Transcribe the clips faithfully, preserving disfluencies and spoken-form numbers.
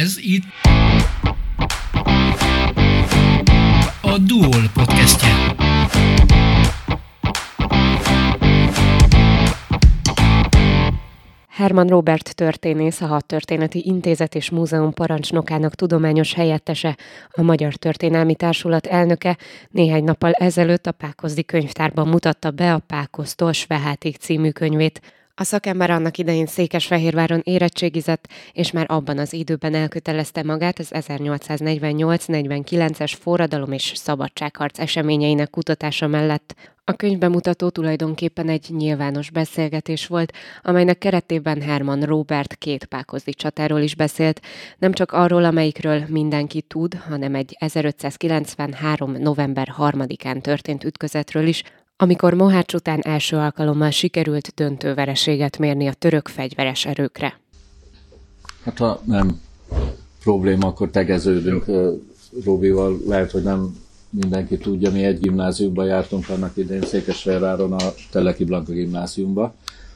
Ez itt a Duol podcastje. Hermann Róbert történész, a Hadtörténeti Intézet és Múzeum parancsnokának tudományos helyettese, a Magyar Történelmi Társulat elnöke néhány nappal ezelőtt a Pákozdi Könyvtárban mutatta be a Pákoztól Svehátig című könyvét. A szakember annak idején Székesfehérváron érettségizett, és már abban az időben elkötelezte magát az ezernyolcszáznegyvennyolc-negyvenkilences forradalom és szabadságharc eseményeinek kutatása mellett. A könyvbemutató tulajdonképpen egy nyilvános beszélgetés volt, amelynek keretében Hermann Róbert két pákozdi csatáról is beszélt, nem csak arról, amelyikről mindenki tud, hanem egy ezerötszázkilencvenhárom. november harmadikán történt ütközetről is, amikor Mohács után első alkalommal sikerült döntő vereséget mérni a török fegyveres erőkre. Hát ha nem probléma, akkor tegeződünk Robival. Lehet, hogy nem mindenki tudja, mi egy gimnáziumban jártunk annak idején, Székesfehérváron, a Teleki Blanka gimnáziumba.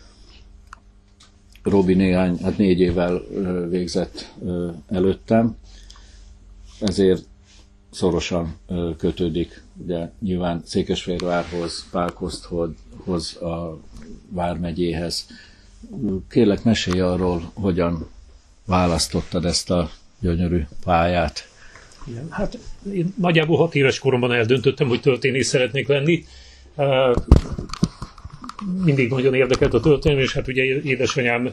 Robi néhány, hát négy évvel végzett előttem, ezért szorosan kötődik, ugye nyilván Székesfehérvárhoz, Pákozthoz, a Vármegyéhez. Kérlek, mesélj arról, hogyan választottad ezt a gyönyörű pályát. Igen, hát én nagyjából hat éves koromban eldöntöttem, hogy történész szeretnék lenni. Mindig nagyon érdekelt a történelem, és hát ugye édesanyám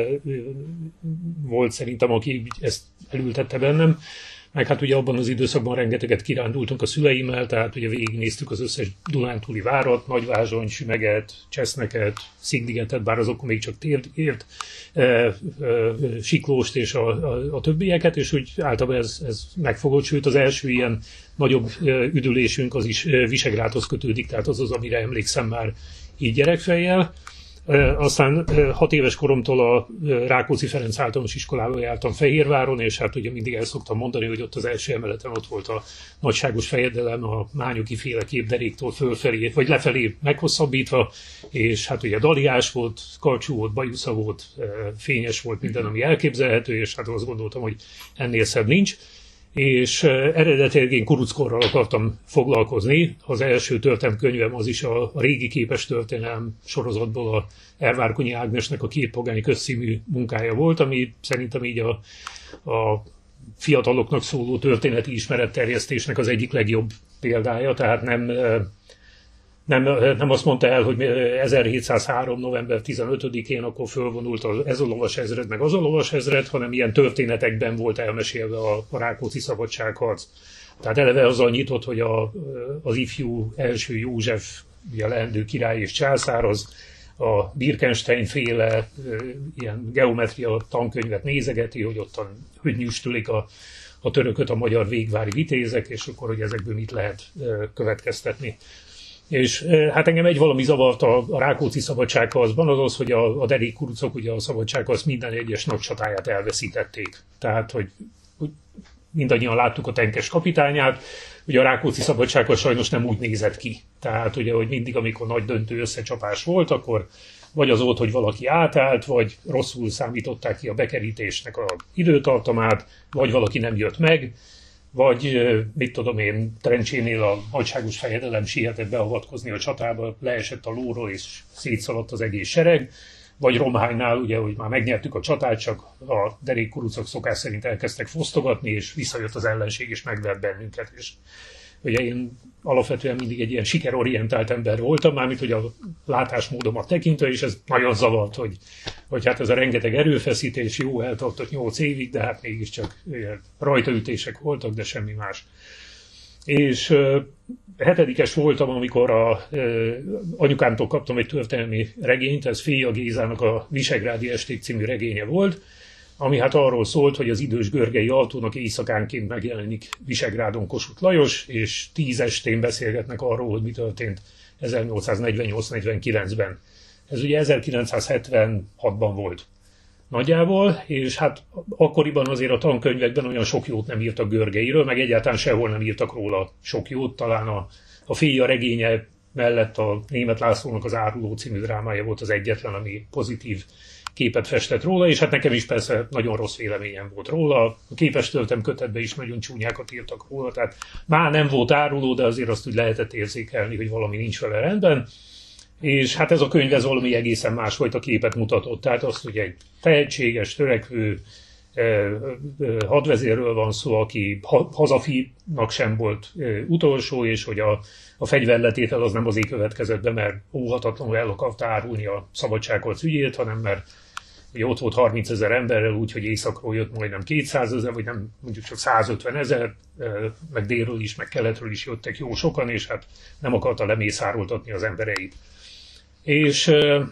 volt szerintem, aki ezt elültette bennem. Meg hát ugye abban az időszakban rengeteget kirándultunk a szüleimmel, tehát ugye végignéztük az összes Dunántúli várat, Nagyvázsony, Sümeget, Cseszneket, Szigligetet, bár azok még csak tért, ért, e, e, Siklóst és a, a, a többieket, és úgy általában ez, ez megfogott, sőt az első ilyen nagyobb üdülésünk az is Visegrádhoz kötődik, tehát az az, amire emlékszem már így gyerekfejjel. Aztán hat éves koromtól a Rákóczi Ferenc általános iskolába jártam Fehérváron, és hát ugye mindig el szoktam mondani, hogy ott az első emeleten ott volt a nagyságos fejedelem, a Mányoki féle képderéktől fölfelé, vagy lefelé meghosszabbítva, és hát ugye daliás volt, karcsú volt, bajusza volt, fényes volt minden, ami elképzelhető, és hát azt gondoltam, hogy ennél szebb nincs. És eredetileg én kuruckorral akartam foglalkozni. Az első történelemkönyvem az is a, a régi képes történelem sorozatból a Ervárkonyi Ágnesnek a Két pogány közcímű munkája volt, ami szerintem így a, a fiataloknak szóló történeti ismeretterjesztésnek az egyik legjobb példája, tehát nem... Nem, nem azt mondta el, hogy ezerhétszázhárom. november tizenötödikén akkor fölvonult az, ez a lovas ezred, meg az a lovas ezred, hanem ilyen történetekben volt elmesélve a, a Rákóczi szabadságharc. Tehát eleve azzal nyitott, hogy a, az ifjú első József, ugye a leendő király és császár, az a Birkenstein féle ilyen geometria tankönyvet nézegeti, hogy ottan hogy nyüstülik a, a törököt a magyar végvári vitézek, és akkor, hogy ezekből mit lehet következtetni. És hát engem egy valami zavart a, a Rákóczi szabadságharcban, az az, hogy a, a derékkurucok ugye a szabadságharc minden egyes nagy csatáját elveszítették. Tehát, hogy, hogy mindannyian láttuk a Tenkes kapitányát, ugye a Rákóczi szabadságharc sajnos nem úgy nézett ki. Tehát ugye, hogy mindig, amikor nagy döntő összecsapás volt, akkor vagy az volt, hogy valaki átállt, vagy rosszul számították ki a bekerítésnek a időtartamát, vagy valaki nem jött meg, vagy, mit tudom én, Trencsénél a nagyságos fejedelem sietett beavatkozni a csatába, leesett a lóról és szétszaladt az egész sereg, vagy Romhánynál, ugye, hogy már megnyertük a csatát, csak a derékkurucok szokás szerint elkezdtek fosztogatni, és visszajött az ellenség, és megvert bennünket. És ugye én alapvetően mindig egy ilyen sikerorientált ember voltam, mármint hogy a látásmódomat tekintve, és ez nagyon zavart, hogy, hogy hát ez a rengeteg erőfeszítés jó eltartott nyolc évig, de hát mégiscsak rajtaütések voltak, de semmi más. És uh, hetedikes voltam, amikor a, uh, anyukámtól kaptam egy történelmi regényt, ez Féja Gézának a Visegrádi Esték című regénye volt, ami hát arról szólt, hogy az idős Görgei Altónak éjszakánként megjelenik Visegrádon Kossuth Lajos, és tíz estén beszélgetnek arról, hogy mi történt ezernyolcszáznegyvennyolc-negyvenkilencben. Ez ugye ezerkilencszázhetvenhatban volt nagyjából, és hát akkoriban azért a tankönyvekben olyan sok jót nem írtak Görgeiről, meg egyáltalán sehol nem írtak róla sok jót, talán a, a Féja regénye mellett a Németh Lászlónak az Áruló című drámája volt az egyetlen, ami pozitív képet festett róla, és hát nekem is persze nagyon rossz véleményem volt róla. A képes töltem kötetben is nagyon csúnyákat írtak róla, tehát már nem volt áruló, de azért azt úgy lehetett érzékelni, hogy valami nincs vele rendben. És hát ez a könyv ez valami egészen másfajta képet mutatott. Tehát azt, hogy egy tehetséges, törekvő hadvezérről van szó, aki hazafinak sem volt utolsó, és hogy a, a fegyverletétel az nem azért következett be, mert óhatatlanul el akarta árulni a szabadságharc ügyét, hanem mert ugye ott volt harmincezer emberrel, úgyhogy északról jött majdnem kétszázezer, vagy nem mondjuk csak százötvenezer, meg délről is, meg keletről is jöttek jó sokan, és hát nem akarta lemészároltatni az embereit. És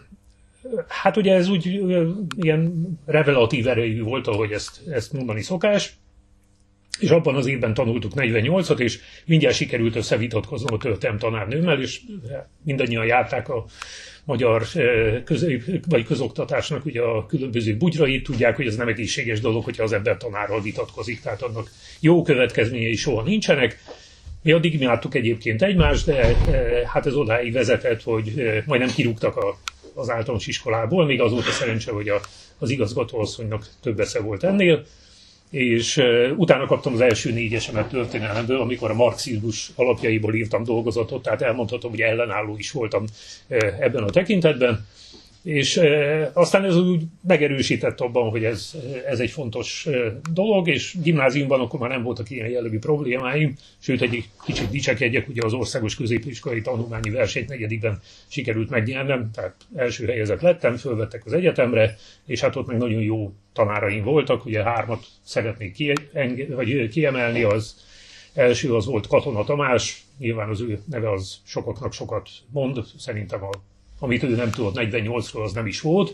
hát ugye ez úgy ilyen revelatív erejű volt, ahogy ezt, ezt mondani szokás, és abban az évben tanultuk negyvennyolcat, és mindjárt sikerült összevitatkoznom a történelem tanárnőmmel, és mindannyian járták a magyar közép, vagy közoktatásnak ugye a különböző bugyrait, tudják, hogy ez nem egészséges dolog, hogyha az ember tanárral vitatkozik, tehát annak jó következményei soha nincsenek. Mi addig imádtuk egyébként egymást, de hát ez odáig vezetett, hogy majdnem kirúgtak a, az általános iskolából, még az volt a szerencse, hogy a, az igazgatóasszonynak több esze volt ennél, és utána kaptam az első négyesemet történelemből, amikor a marxizmus alapjaiból írtam dolgozatot, tehát elmondhatom, hogy ellenálló is voltam ebben a tekintetben. És e, aztán ez úgy megerősített abban, hogy ez, ez egy fontos e, dolog, és gimnáziumban akkor már nem voltak ilyen jellegű problémáim, sőt egy kicsit dicsekedjek, ugye az országos középiskolai tanulmányi versenyt negyedikben sikerült megnyernem, tehát első helyezett lettem, fölvettek az egyetemre, és hát ott meg nagyon jó tanáraim voltak, ugye hármat szeretnék kie, enge, vagy kiemelni, az első az volt Katona Tamás, nyilván az ő neve az sokaknak sokat mond, szerintem a amit ő nem tudott negyvennyolcról, az nem is volt.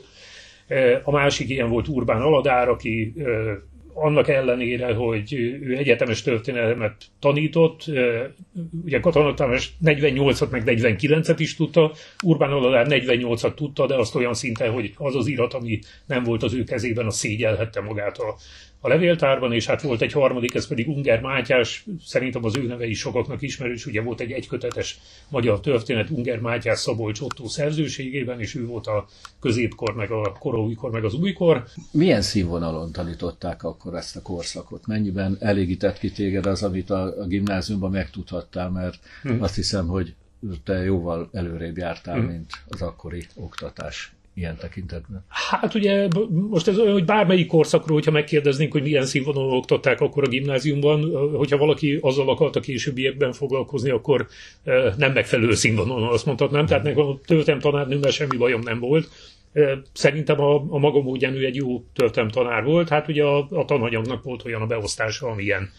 A másik ilyen volt Urbán Aladár, aki annak ellenére, hogy ő egyetemes történelmet tanított, ugye Katona Tamás negyvennyolcat meg negyvenkilencet is tudta, Urbán Aladár negyvennyolcat tudta, de azt olyan szinten, hogy az az irat, ami nem volt az ő kezében, az szégyelhette magát a, a levéltárban, és hát volt egy harmadik, ez pedig Unger Mátyás, szerintem az ő neve is sokaknak ismerős, ugye volt egy egykötetes magyar történet Unger Mátyás Szabolcs Ottó szerzőségében, és ő volt a középkor, meg a koróújkor, meg az újkor. Milyen színvonalon tanították akkor ezt a korszakot? Mennyiben elégített ki téged az, amit a, a gimnáziumban megtudhattál, mert hmm. azt hiszem, hogy te jóval előrébb jártál, hmm. mint az akkori oktatás ilyen tekintetben. Hát ugye most ez olyan, hogy bármelyik korszakról, hogyha megkérdeznénk, hogy milyen színvonalon oktatták akkor a gimnáziumban, hogyha valaki azzal akart a későbbiekben foglalkozni, akkor nem megfelelő színvonalon, azt mondhatnám. Tehát nekem a történelem tanárnőmmel semmi bajom nem volt. Szerintem a, a maga módján ő egy jó történelem tanár volt, hát ugye a, a tananyagnak volt olyan a beosztása, amilyen.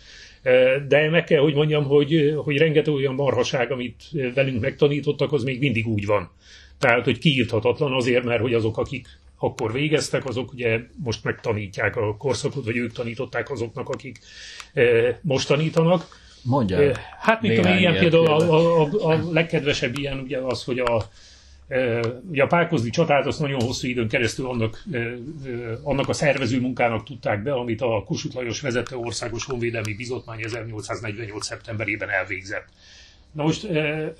De meg kell, hogy mondjam, hogy, hogy rengeteg olyan marhaság, amit velünk megtanítottak, az még mindig úgy van. Tehát, hogy kiírthatatlan azért, mert hogy azok, akik akkor végeztek, azok ugye most megtanítják a korszakot, vagy ők tanították azoknak, akik most tanítanak. Mondjál. Hát mit tudom, ilyen például a, a, a legkedvesebb ilyen ugye az, hogy a, ugye a Pákozdi csatát azt nagyon hosszú időn keresztül annak, annak a szervező munkának tudták be, amit a Kossuth Lajos vezette Országos Honvédelmi Bizottmány ezernyolcszáznegyvennyolc szeptemberében elvégzett. Na most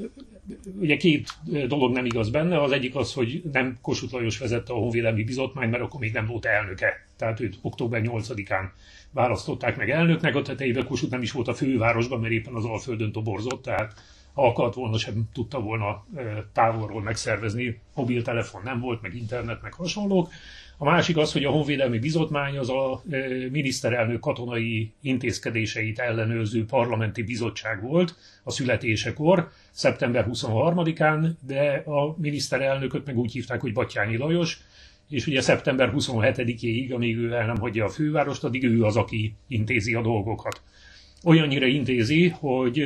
ugye két dolog nem igaz benne, az egyik az, hogy nem Kossuth Lajos vezette a Honvédelmi Bizottmány, mert akkor még nem volt elnöke. Tehát őt október nyolcadikán választották meg elnöknek, a tetejében Kossuth nem is volt a fővárosban, mert éppen az Alföldön toborzott, tehát ha akart volna, sem tudta volna távolról megszervezni, mobiltelefon nem volt, meg internet, meg hasonlók. A másik az, hogy a Honvédelmi Bizottmány az a miniszterelnök katonai intézkedéseit ellenőrző parlamenti bizottság volt a születésekor, szeptember huszonharmadikán, de a miniszterelnököt meg úgy hívták, hogy Batthyány Lajos, és ugye szeptember huszonhetedikéig, amíg ő el nem hagyja a fővárost, addig ő az, aki intézi a dolgokat. Olyannyira intézi, hogy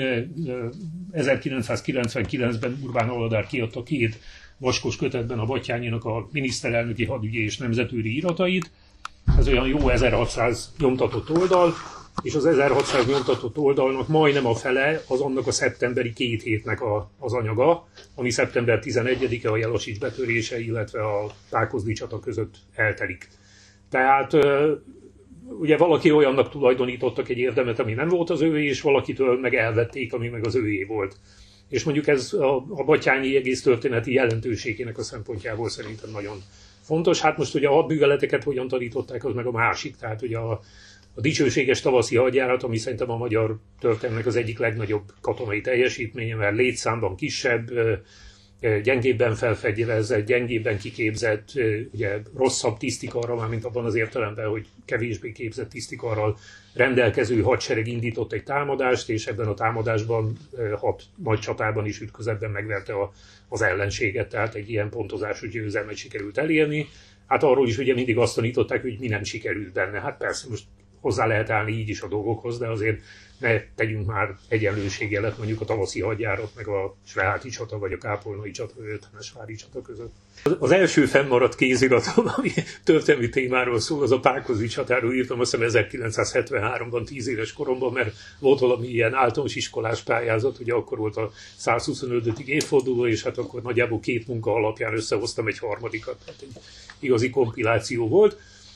ezerkilencszázkilencvenkilencben Urbán Aladár kiadta két vaskos kötetben a Batthyányinak a miniszterelnöki hadügyi és nemzetőri iratait. Ez olyan jó ezerhatszáz nyomtatott oldal, és az ezerhatszáz nyomtatott oldalnak majdnem a fele az annak a szeptemberi két hétnek a, az anyaga, ami szeptember tizenegyedike a Jelasics betörése, illetve a Pákozdi csata között eltelik. Tehát ugye valaki olyannak tulajdonítottak egy érdemet, ami nem volt az ővé, és valakitől meg elvették, ami meg az ővé volt. És mondjuk ez a, a Batthyányi egész történeti jelentőségének a szempontjából szerintem nagyon fontos. Hát most ugye a hadműveleteket hogyan tanították, az meg a másik. Tehát ugye a, a dicsőséges tavaszi hadjárat, ami szerintem a magyar történelmnek az egyik legnagyobb katonai teljesítménye, mert létszámban kisebb, gyengébben felfegyverezett, gyengébben kiképzett, ugye rosszabb tisztikarral, már mint abban az értelemben, hogy kevésbé képzett tisztikarral rendelkező hadsereg indított egy támadást, és ebben a támadásban hat nagy csatában is ütközetben megverte a, az ellenséget, tehát egy ilyen pontozású győzelmet sikerült elérni. Hát arról is ugye mindig azt tanították, hogy mi nem sikerült benne. Hát persze most hozzá lehet állni így is a dolgokhoz, de azért ne tegyünk már egyenlőségjelet mondjuk a tavaszi hadjárat, meg a Sreháti csata, vagy a kápolnai csata, vagy a Temesvári csata között. Az első fennmaradt kéziratom, ami történelmi témáról szól, az a Pákozdi csatáról írtam, azt hiszem ezerkilencszázhetvenháromban, tíz éves koromban, mert volt valami ilyen általános iskolás pályázat, ugye akkor volt a százhuszonötödik évforduló, és hát akkor nagyjából két munka alapján összehoztam egy harmadikat, tehát egy igazi kompiláció volt.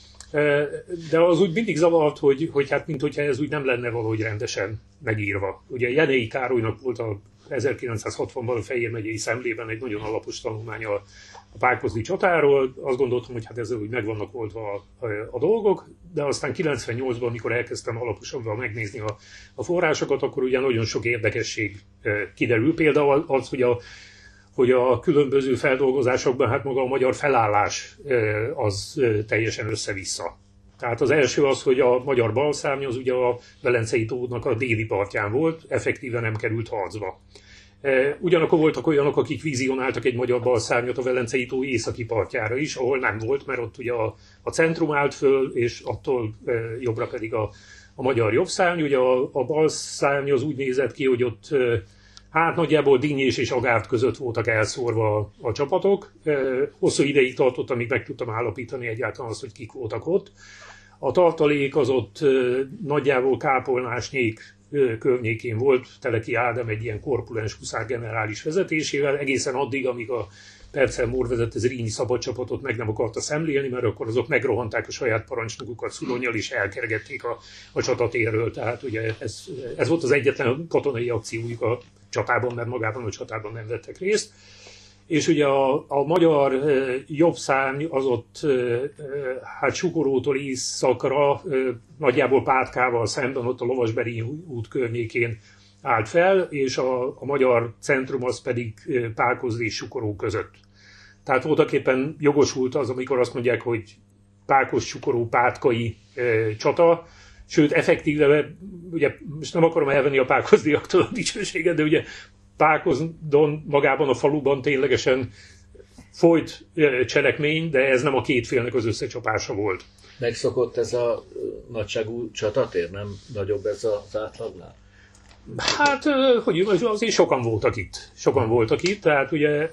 De az úgy mindig zavart, hogy, hogy hát mint hogyha ez úgy nem lenne valahogy rendesen megírva. Ugye Jenei Károlynak volt a ezerkilencszázhatvanban a Fejér megyei Szemlében egy nagyon alapos tanulmánya a, a Pákozdi csatáról. Azt gondoltam, hogy hát ezzel úgy meg vannak oldva a, a, a dolgok, de aztán kilencvennyolcban, amikor elkezdtem alaposabban megnézni a, a forrásokat, akkor ugye nagyon sok érdekesség kiderül. Például az, hogy a hogy a különböző feldolgozásokban hát maga a magyar felállás az teljesen össze-vissza. Tehát az első az, hogy a magyar balszárny az ugye a Velencei tónak a déli partján volt, effektíven nem került harcba. Ugyanakkor voltak olyanok, akik vizionáltak egy magyar balszárnyat a Velencei tó északi partjára is, ahol nem volt, mert ott ugye a, a centrum állt föl, és attól jobbra pedig a, a magyar jobbszárny. Ugye a, a balszárny az úgy nézett ki, hogy ott hát nagyjából Dinnyés és Agárd között voltak elszórva a, a csapatok. Hosszú ideig tartott, amíg meg tudtam állapítani egyáltalán azt, hogy kik voltak ott. A tartalék az ott nagyjából Kápolnásnyék környékén volt, Teleki Ádám egy ilyen korpulens huszár generális vezetésével, egészen addig, amíg a Percel Mór vezette Zrínyi szabadcsapatot meg nem akarta szemlélni, mert akkor azok megrohanták a saját parancsnokukat Szulonnyal, és elkergették a, a csatatérről. Tehát ugye ez, ez volt az egyetlen katonai akciójuk a csatában, mert magában a csatában nem vettek részt. És ugye a, a magyar e, jobb szárny az ott e, hát Sukorótól északra, e, nagyjából Pátkával szemben, ott a Lovasberi út környékén állt fel, és a, a magyar centrum az pedig Pákozdi és Sukoró között. Tehát voltaképpen jogosult az, amikor azt mondják, hogy Pákos-Sukoró-Pátkai e, csata, sőt, effektíve, ugye most nem akarom elvenni a pákozdiaktól a dicsőséget, de ugye Pákozdon magában a faluban ténylegesen folyt cselekmény, de ez nem a két félnek az összecsapása volt. Megszokott ez a nagyságú csatatér, nem nagyobb ez az átlagnál? Hát, hogy azért sokan voltak itt. Sokan voltak itt, tehát ugye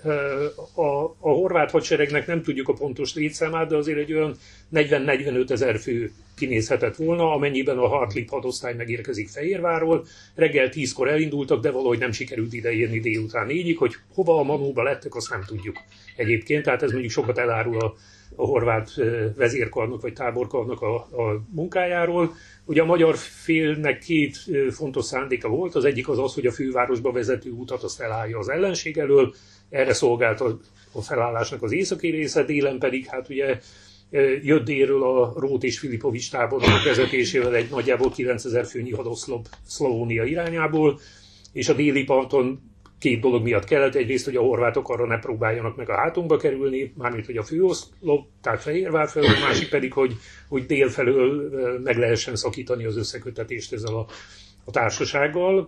a, a horvát hadseregnek nem tudjuk a pontos létszámát, de azért egy olyan negyven-negyvenöt ezer fő kinézhetett volna, amennyiben a Hartlib hadosztály megérkezik Fehérvárról. Reggel tízkor elindultak, de valahogy nem sikerült ideérni délután négyig, hogy hova a Manóba lettek, azt nem tudjuk egyébként. Tehát ez mondjuk sokat elárul a, a horvát vezérkarnak vagy táborkarnak a, a munkájáról. Ugye a magyar félnek két fontos szándéka volt, az egyik az az, hogy a fővárosba vezető utat azt elállja az ellenség elől, erre szolgált a, a felállásnak az északi része, délen pedig hát ugye jött délről a Róth és Filipovics tábornok vezetésével egy nagyjából kilencezer főnyi hadoszlop Szlavónia irányából, és a déli parton két dolog miatt kellett, egyrészt, hogy a horvátok arra ne próbáljanak meg a hátunkba kerülni, mármint, hogy a főoszlop, tehát Fehérvár felől, a másik pedig, hogy, hogy dél felől meg lehessen szakítani az összeköttetést ezzel a, a társasággal.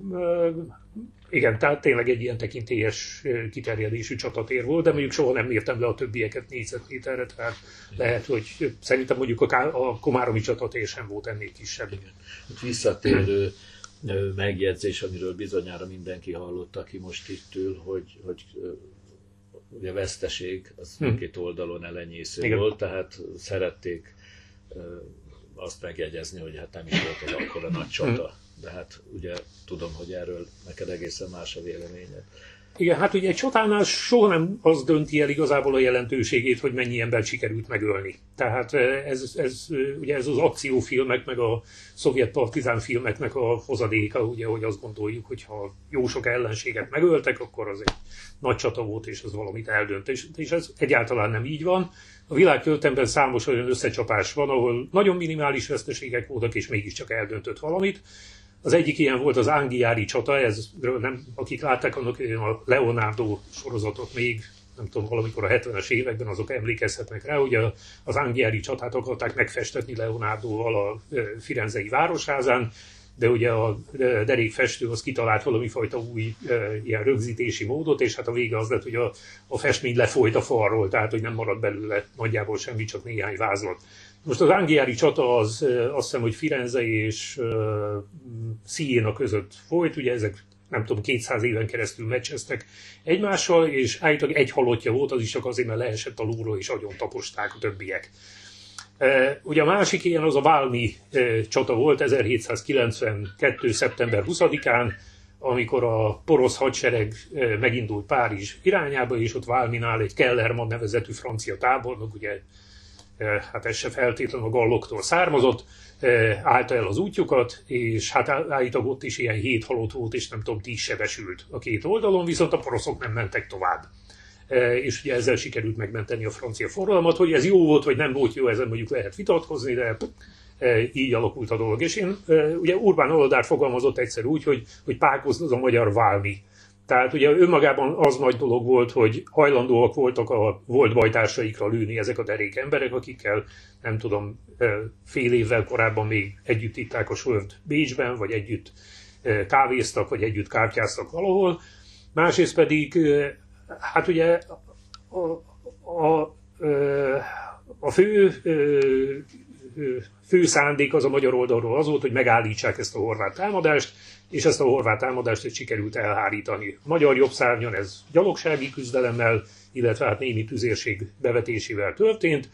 Igen, tehát tényleg egy ilyen tekintélyes kiterjedésű csatatér volt, de mondjuk soha nem mértem le a többieket négyzetméterre, tehát lehet, hogy szerintem mondjuk a, a komáromi csatatér sem volt ennél kisebb. Igen. Visszatérő megjegyzés, amiről bizonyára mindenki hallott, aki most itt ül, hogy, hogy ugye a veszteség az mindkét oldalon elenyésző Igen. volt, tehát szerették azt megjegyezni, hogy hát nem is volt az akkora nagy csata, de hát ugye tudom, hogy erről neked egészen más a véleményed. Igen, hát ugye egy csatánál soha nem az dönti el igazából a jelentőségét, hogy mennyi embert sikerült megölni. Tehát ez, ez, ugye ez az akciófilmek, meg a szovjet partizán filmeknek a hozadéka, ugye, hogy azt gondoljuk, hogy ha jó sok ellenséget megöltek, akkor az egy nagy csata volt, és az valamit eldönt. És, és ez egyáltalán nem így van. A világ történelemben számos olyan összecsapás van, ahol nagyon minimális veszteségek voltak, és mégiscsak eldöntött valamit. Az egyik ilyen volt az Anghiari csata, ez, nem, akik látták annak a Leonardo sorozatot még, nem tudom, valamikor a hetvenes években, azok emlékezhetnek rá, hogy az Anghiari csatát akarták megfestetni Leonardoval a firenzei városházán, de ugye a derékfestő az kitalált valami fajta új ilyen rögzítési módot, és hát a vége az lett, hogy a, a festmény lefolyt a falról, tehát hogy nem maradt belőle nagyjából semmi, csak néhány vázlat. Most az Anghiari csata az azt hiszem, hogy Firenze és uh, Siena között folyt, ugye ezek nem tudom, kétszáz éven keresztül meccseztek egymással, és állítólag egy halottja volt, az is csak azért, mert leesett a lóról, és agyon taposták a többiek. Uh, ugye a másik ilyen az a Valmy uh, csata volt ezerhétszázkilencvenkettő. szeptember huszadikán, amikor a porosz hadsereg uh, megindult Párizs irányába, és ott Valmynál egy Kellermann nevezetű francia tábornok, ugye hát ez se feltétlenül a galloktól származott, állta el az útjukat, és hát állítólag ott is ilyen hét halott volt, és nem tudom, tíz sebesült a két oldalon, viszont a poroszok nem mentek tovább. És ugye ezzel sikerült megmenteni a francia forradalmat, hogy ez jó volt, vagy nem volt jó, ezen mondjuk lehet vitatkozni, de így alakult a dolog. És én, ugye Urbán Aladár fogalmazott egyszer úgy, hogy, hogy Pákozd az a magyar Valmy. Tehát ugye önmagában az nagy dolog volt, hogy hajlandóak voltak a volt bajtársaikra lőni ezek a derék emberek, akikkel nem tudom, fél évvel korábban még együtt itták a sört Bécsben, vagy együtt kávéztak, vagy együtt kártyáztak valahol. Másrészt pedig, hát ugye a, a, a fő, fő szándék az a magyar oldalról az volt, hogy megállítsák ezt a horvát támadást, és ezt a horvát támadást egy sikerült elhárítani. A magyar jobbszárnyon ez gyalogsági küzdelemmel, illetve hát némi tüzérség bevetésével történt.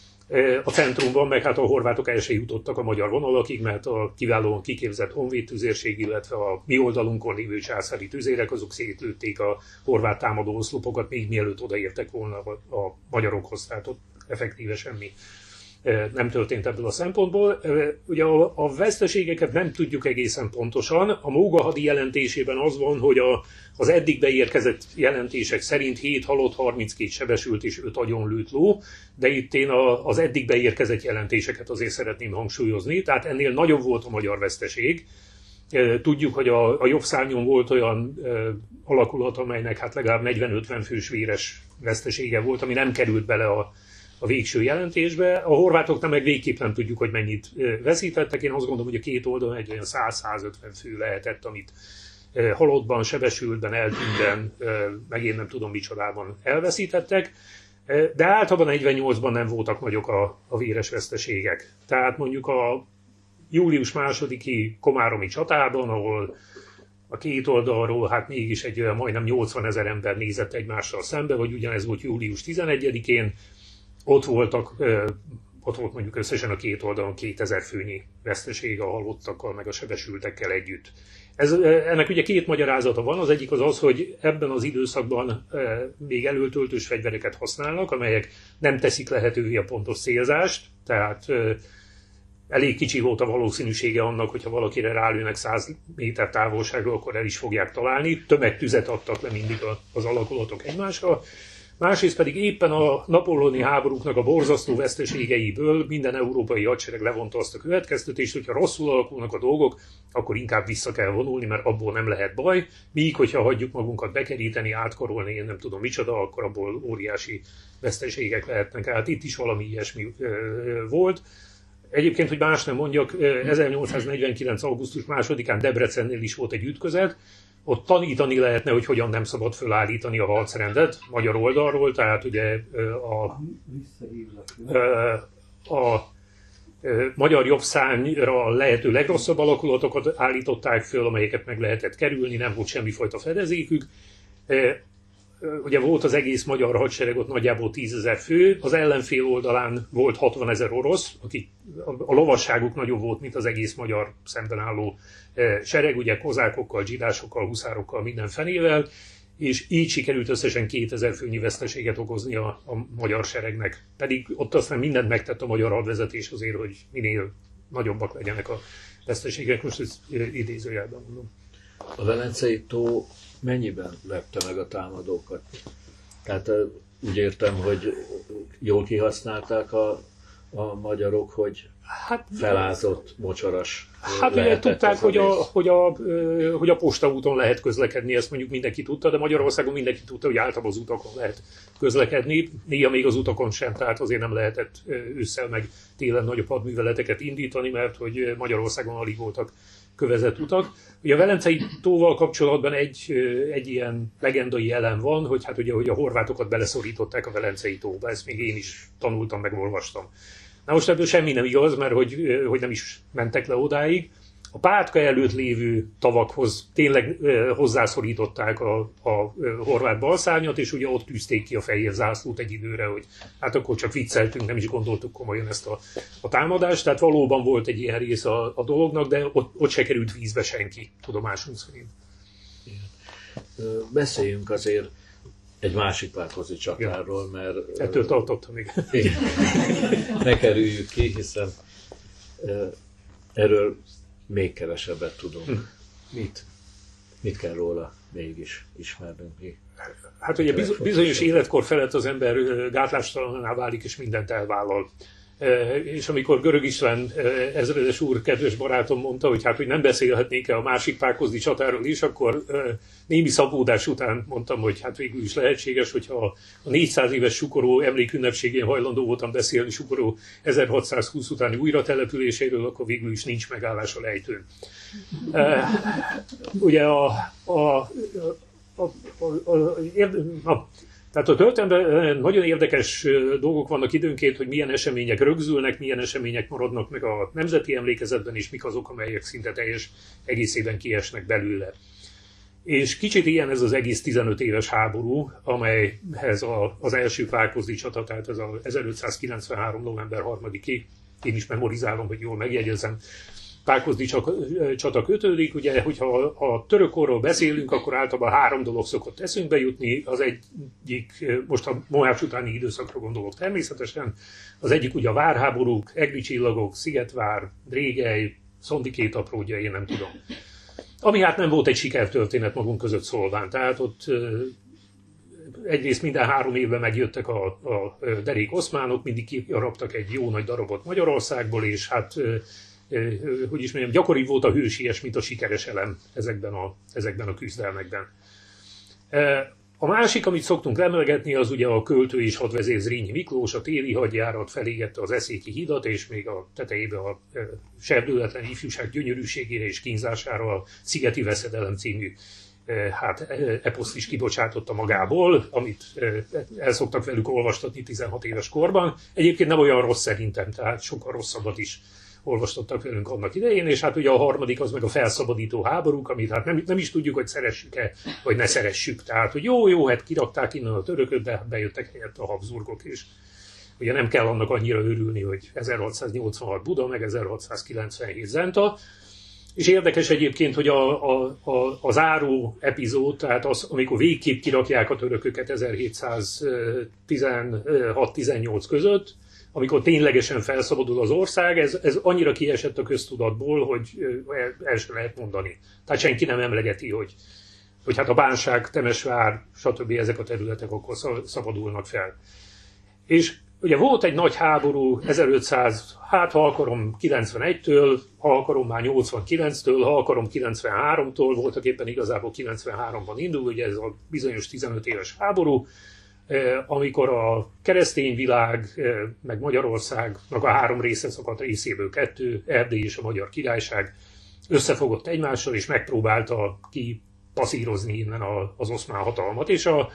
A centrumban meg hát a horvátok el se jutottak a magyar vonalakig, mert a kiválóan kiképzett honvéd tüzérség, illetve a mi oldalunkon lévő császári tüzérek, azok szétlőtték a horvát támadó oszlopokat, még mielőtt odaértek volna a magyarokhoz, tehát ott effektíve semmi nem történt ebből a szempontból. Ugye a, a veszteségeket nem tudjuk egészen pontosan. A Móga hadi jelentésében az van, hogy a, az eddig beérkezett jelentések szerint hét halott, harminckét sebesült és öt agyonlőtt ló, de itt én a, az eddig beérkezett jelentéseket azért szeretném hangsúlyozni, tehát ennél nagyobb volt a magyar veszteség. Tudjuk, hogy a, a jobb szárnyon volt olyan e, alakulat, amelynek hát legalább negyven-ötven fős véres vesztesége volt, ami nem került bele a a végső jelentésbe. A horvátoknál meg végképp nem tudjuk, hogy mennyit veszítettek. Én azt gondolom, hogy a két oldalon egy olyan száz-százötven fő lehetett, amit halottban, sebesültben, eltűntben, meg én nem tudom micsodában elveszítettek. De általában negyvennyolcban nem voltak nagyok a, a véres veszteségek. Tehát mondjuk a július másodiki komáromi csatában, ahol a két oldalról hát mégis egy olyan majdnem nyolcvanezer ember nézett egymással szembe, vagy ugyanez volt július tizenegyedikén, Ott voltak, ott volt mondjuk összesen a két oldalon kétezer főnyi veszteség a halottakkal, meg a sebesültekkel együtt. Ez, ennek ugye két magyarázata van, az egyik az az, hogy ebben az időszakban még előtöltős fegyvereket használnak, amelyek nem teszik lehetővé a pontos célzást, tehát elég kicsi volt a valószínűsége annak, hogyha valakire rálőnek száz méter távolságról, akkor el is fogják találni. Tömegtüzet adtak le mindig az alakulatok egymásra. Másrészt pedig éppen a napóleoni háborúknak a borzasztó veszteségeiből minden európai hadsereg levonta azt a következtetést, hogyha rosszul alakulnak a dolgok, akkor inkább vissza kell vonulni, mert abból nem lehet baj, míg hogyha hagyjuk magunkat bekeríteni, átkarolni, én nem tudom micsoda, akkor abból óriási veszteségek lehetnek. Hát itt is valami ilyesmi volt. Egyébként, hogy más nem mondjak, ezernyolcszáznegyvenkilenc. augusztus másodikán Debrecennél is volt egy ütközet. Ott tanítani lehetne, hogy hogyan nem szabad fölállítani a harcrendet magyar oldalról, tehát ugye a, a, a magyar jobbszárnyra a lehető legrosszabb alakulatokat állították föl, amelyeket meg lehetett kerülni, nem volt semmifajta fedezékük. Ugye volt az egész magyar hadsereg, ott nagyjából tízezer fő, az ellenfél oldalán volt hatvanezer orosz, akik a lovasságuk nagyobb volt, mint az egész magyar szemben álló sereg, ugye kozákokkal, zsidásokkal, huszárokkal, minden fenével, és így sikerült összesen kétezer főnyi veszteséget okozni a, a magyar seregnek. Pedig ott aztán mindent megtett a magyar hadvezetés azért, hogy minél nagyobbak legyenek a veszteségek, most ezt idézőjelben mondom. A Velencei tó mennyiben lepte meg a támadókat? Tehát úgy értem, hogy jól kihasználták a, a magyarok, hogy hát, felázott, mocsaras Hát ugye tudták, hogy a, hogy, a, hogy a postaúton lehet közlekedni, ezt mondjuk mindenki tudta, de Magyarországon mindenki tudta, hogy általában az utakon lehet közlekedni, néha még az utakon sem, tehát azért nem lehetett ősszel meg télen nagyobb hadműveleteket indítani, mert hogy Magyarországon alig voltak kövezett utak. Ugye a Velencei tóval kapcsolatban egy, egy ilyen legendai elem van, hogy hát ugye hogy a horvátokat beleszorították a Velencei tóba, ezt még én is tanultam, meg olvastam. Na most ebből semmi nem igaz, mert hogy, hogy nem is mentek le odáig. A Pátka előtt lévő tavakhoz tényleg hozzászorították a, a horvát balszárnyat, és ugye ott tűzték ki a fehér zászlót egy időre, hogy hát akkor csak vicceltünk, nem is gondoltuk komolyan ezt a, a támadást. Tehát valóban volt egy ilyen rész a, a dolognak, de ott, ott se került vízbe senki, tudomásunk szerint. Beszéljünk azért egy másik pártkozi csatáról, mert... Ettől tartottam még. Ne kerüljük ki, hiszen erről még kevesebbet tudunk. Hm. Mit? Mit kell róla mégis ismernünk mi? Hát ugye bizonyos életkor felett az ember gátlástalanná válik, és mindent elvállal. És amikor Görög István ezredes úr, kedves barátom mondta, hogy hát, hogy nem beszélhetnék-e a másik párkozdi csatáról is, akkor némi szabódás után mondtam, hogy hát végül is lehetséges, hogyha a négyszáz éves Sukoró emlékünnepségén hajlandó voltam beszélni Sukoró ezerhatszázhúsz utáni újratelepüléséről, akkor végül is nincs megállás a lejtőn. Ugye a, a, a, a, a, a, a Tehát a történelemben nagyon érdekes dolgok vannak időnként, hogy milyen események rögzülnek, milyen események maradnak meg a nemzeti emlékezetben, és mik azok, amelyek szinte teljes egészében kiesnek belőle. És kicsit ilyen ez az egész tizenöt éves háború, amelyhez a, az első párkozdi csata, tehát ez a ezerötszázkilencvenhárom. november harmadiki, én is memorizálom, hogy jól megjegyezem, párkozdi csata kötődik. Ugye, hogyha a törökkorról beszélünk, akkor általában három dolog szokott eszünkbe jutni. Az egyik, most a Mohács utáni időszakra gondolok természetesen, az egyik ugye a várháborúk, egri csillagok, Szigetvár, Drégely, Szondi két apródja, én nem tudom. Ami hát nem volt egy sikertörténet magunk között szólván. Tehát ott egyrészt minden három évben megjöttek a, a derék oszmánok, mindig kiaraptak egy jó nagy darabot Magyarországból, és hát hogy is mondjam, gyakoribb volt a hősies, mint a sikeres elem ezekben a, ezekben a küzdelmekben. A másik, amit szoktunk emlegetni, az ugye a költő és hadvezér Zrínyi Miklós, a téli hadjárat felégette az Eszéki hidat, és még a tetejébe a serdületlen ifjúság gyönyörűségére és kínzására a Szigeti veszedelem című hát eposzt is kibocsátotta magából, amit el szoktak velük olvastatni tizenhat éves korban. Egyébként nem olyan rossz szerintem, tehát sokkal rosszabbat is olvastottak velünk annak idején, és hát ugye a harmadik az meg a felszabadító háborúk, amit hát nem, nem is tudjuk, hogy szeressük-e, vagy ne szeressük. Tehát, hogy jó, jó, hát kirakták innen a törököt, de bejöttek helyett a Habsburgok is. Ugye nem kell annak annyira örülni, hogy ezerhatszáznyolcvanhat Buda, meg ezerhatszázkilencvenhét Zenta. És érdekes egyébként, hogy a, a, a, a záró epizód, tehát az, amikor végképp kirakják a törököket ezerhétszáztizenhat tizennyolc között, amikor ténylegesen felszabadul az ország, ez, ez annyira kiesett a köztudatból, hogy el sem lehet mondani. Tehát senki nem emlegeti, hogy, hogy hát a Bánság, Temesvár, stb. Ezek a területek akkor szabadulnak fel. És ugye volt egy nagy háború ezerötszáz, hát ha akarom kilencvenegytől, ha akarom már nyolcvankilenctől, ha akarom kilencvenháromtól, voltak éppen igazából kilencvenháromban indul, ugye ez a bizonyos tizenöt éves háború, amikor a keresztény világ, meg Magyarországnak a három része szakadt részéből kettő, Erdély és a Magyar Királyság összefogott egymással, és megpróbálta kipasszírozni innen az oszmán hatalmat, és a,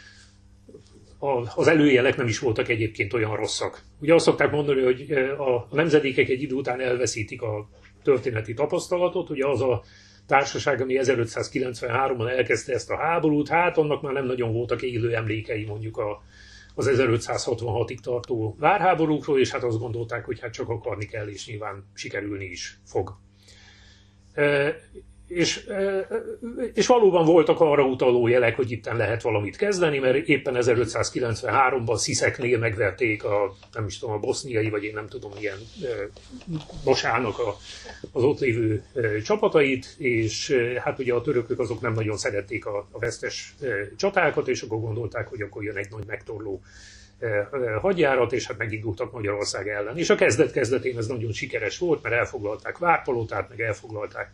a, az előjelek nem is voltak egyébként olyan rosszak. Ugye azt szokták mondani, hogy a nemzedékek egy idő után elveszítik a történeti tapasztalatot, ugye az a társaság, ami ezerötszázkilencvenháromban elkezdte ezt a háborút, hát annak már nem nagyon voltak élő emlékei mondjuk a, az ezerötszázhatvanhatig tartó várháborúkról, és hát azt gondolták, hogy hát csak akarni kell, és nyilván sikerülni is fog. E, És, és valóban voltak arra utaló jelek, hogy itten lehet valamit kezdeni, mert éppen ezerötszázkilencvenháromban Sziszeknél megverték a, nem is tudom, a boszniai, vagy én nem tudom, milyen Bosának a, az ott lévő csapatait, és hát ugye a törökök azok nem nagyon szerették a, a vesztes csatákat, és akkor gondolták, hogy akkor jön egy nagy megtorló hadjárat, és hát megindultak Magyarország ellen. És a kezdet-kezdetén ez nagyon sikeres volt, mert elfoglalták Várpalotát, meg elfoglalták